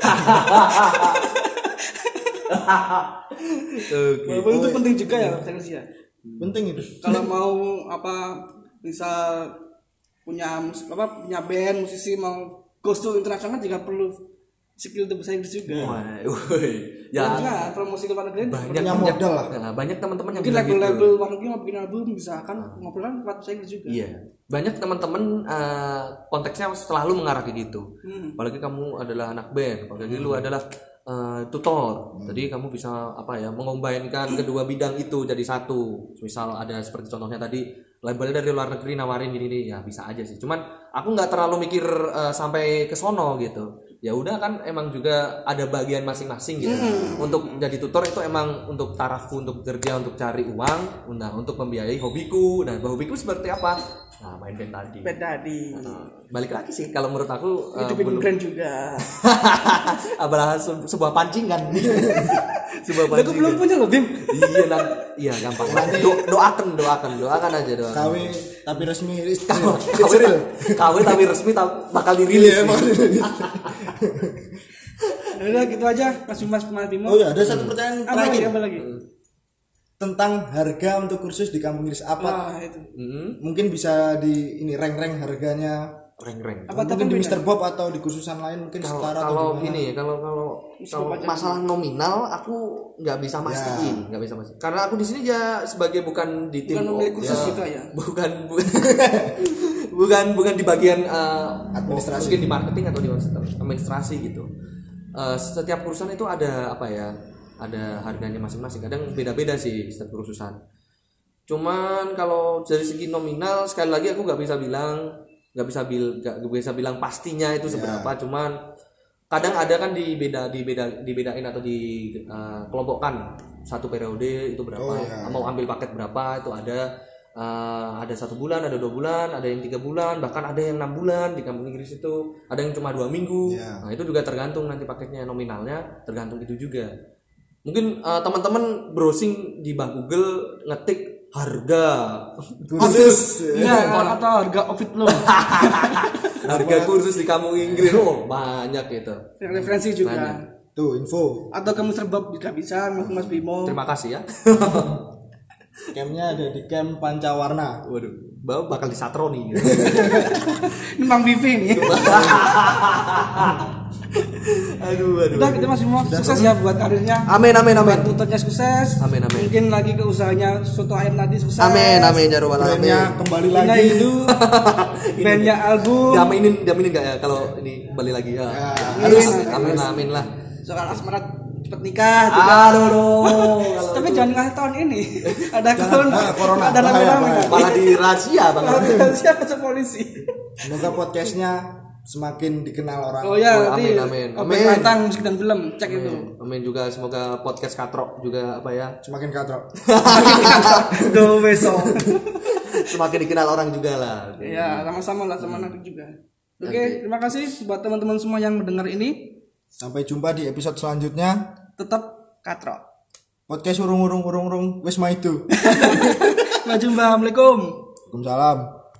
Oke.
Walaupun itu penting juga ya teknisi ya.
Penting itu.
Kalau mau apa bisa punya mus, apa punya band musisi mau goes to internasional juga perlu skill untuk bahasa Inggris juga.
Woi, ya.
Nah, promosi ke luar negeri
Banyak
punya
banyak,
modal lah.
nah, banyak teman-teman yang
mungkin
bilang
label-label
gitu.
luar negeri mau bikin album bisa kan ngobrolan lewat bahasa Inggris juga.
Iya, banyak teman-teman uh, konteksnya selalu mengarah ke gitu.
Hmm.
Apalagi kamu adalah anak band, apalagi lu adalah uh, tutor. Jadi kamu bisa apa ya, mengombinkan kedua bidang itu jadi satu. Misal ada seperti contohnya tadi label dari luar negeri nawarin gini-gini, ya bisa aja sih. Cuman aku nggak terlalu mikir uh, sampai ke sono gitu. Ya udah kan emang juga ada bagian masing-masing gitu. Hmm. Untuk jadi tutor itu emang untuk tarafku untuk kerja, untuk cari uang, nah untuk membiayai hobiku. Nah, hobiku seperti apa? Nah, main band tadi.
Band tadi.
Nah, balik lagi sih kalau menurut aku
Itu
uh,
bikin brand juga.
apalah se- sebuah pancingan. Sebuah
Aku
pancingan.
belum punya loh Bim.
Iya nan, iya gampang. Do- doakan, doakan, doakan aja doakan.
K W tapi resmi istri.
K W K W tapi resmi tak- bakal dirilis.
Iya, bakal dirilis.
Udah gitu aja Mas Mas Mas Bimo.
Oh ya, ada satu pertanyaan
Apa lagi?
terakhir
Apa lagi?
tentang harga untuk kursus di kampung Inggris apa?
Wah, itu.
Hmm,
Mungkin bisa di ini rank-rank harganya.
reng-reng.
Apa
Mungkin di
beda?
mister Bob atau di kursusan lain mungkin
Kalau
setara atau
kalau
gimana?
gini ya, kalau kalau kalau
aja
masalah nominal aku nggak bisa mastiin, nggak bisa mastiin. Karena aku di sini ya sebagai bukan di tim
Bukan pemilik kursus
ya,
juga ya?
Bukan bukan bukan bukan di bagian eh,
Administrasi.
mungkin di marketing atau di administrasi gitu. Eh, setiap kursusan itu ada apa ya? Ada harganya masing-masing. Kadang beda-beda sih setiap kursusan. Cuman kalau dari segi nominal sekali lagi aku nggak bisa bilang nggak bisa bil nggak bisa bilang pastinya itu seberapa. Cuman kadang ada kan di beda di beda dibedain atau di uh, kelompokkan satu periode itu berapa,
Oh, iya.
mau ambil paket berapa itu ada. Uh, ada satu bulan, ada dua bulan, ada yang tiga bulan, bahkan ada yang enam bulan di kampung Inggris itu, ada yang cuma dua minggu.
Yeah.
Nah itu juga tergantung nanti paketnya, nominalnya tergantung itu juga. Mungkin uh, teman-teman browsing di bah Google ngetik harga
Kursus.
Iya, atau harga outfit lo.
harga kursus di kampung Inggris, oh banyak itu.
Referensi juga.
Banyak.
Tuh info.
Atau kamu Bob juga bisa Mas Mas Bimo.
Terima kasih ya.
Campnya ada di camp Pancawarna.
Waduh, bau bakal disatroni.
Ini Bang Vivi nih.
aduh, aduh.
Udah kita masih mau sukses ya buat karirnya.
Amin, amin, amin.
Buat tutornya sukses.
Amin, amin.
Mungkin lagi ke usahanya soto ayam tadi sukses.
Amin, amin, ya rabbal
Brandnya
alamin.
kembali
Bina
lagi.
itu bandnya album.
Diaminin, diaminin enggak ya kalau ini kembali lagi ya.
Amin.
Amin, amin lah.
Soal asmara cepet nikah juga.
Aduh, aduh.
Tapi jangan ngasih tahun ini. Ada corona.
ah, corona.
Ada
Bahaya,
rame-rame.
bahaya.
Malah di rahasia banget.
Siapa sih polisi?
Semoga podcastnya semakin dikenal orang.
Oh ya,
Oh,
nanti
amin, amin.
Open
Amin.
tentang musik dan film, cek itu.
Amin juga, semoga podcast Katrok juga apa ya,
Semakin katrok.
Do besok.
semakin dikenal orang juga lah. Oke.
Ya, sama-sama lah sama nanti juga. Oke, terima kasih buat teman-teman semua yang mendengar ini.
Sampai jumpa di episode selanjutnya.
Tetap katrok.
Podcast urung urung urung urung wis maidu.
Sampai jumpa. Assalamualaikum.
Waalaikumsalam.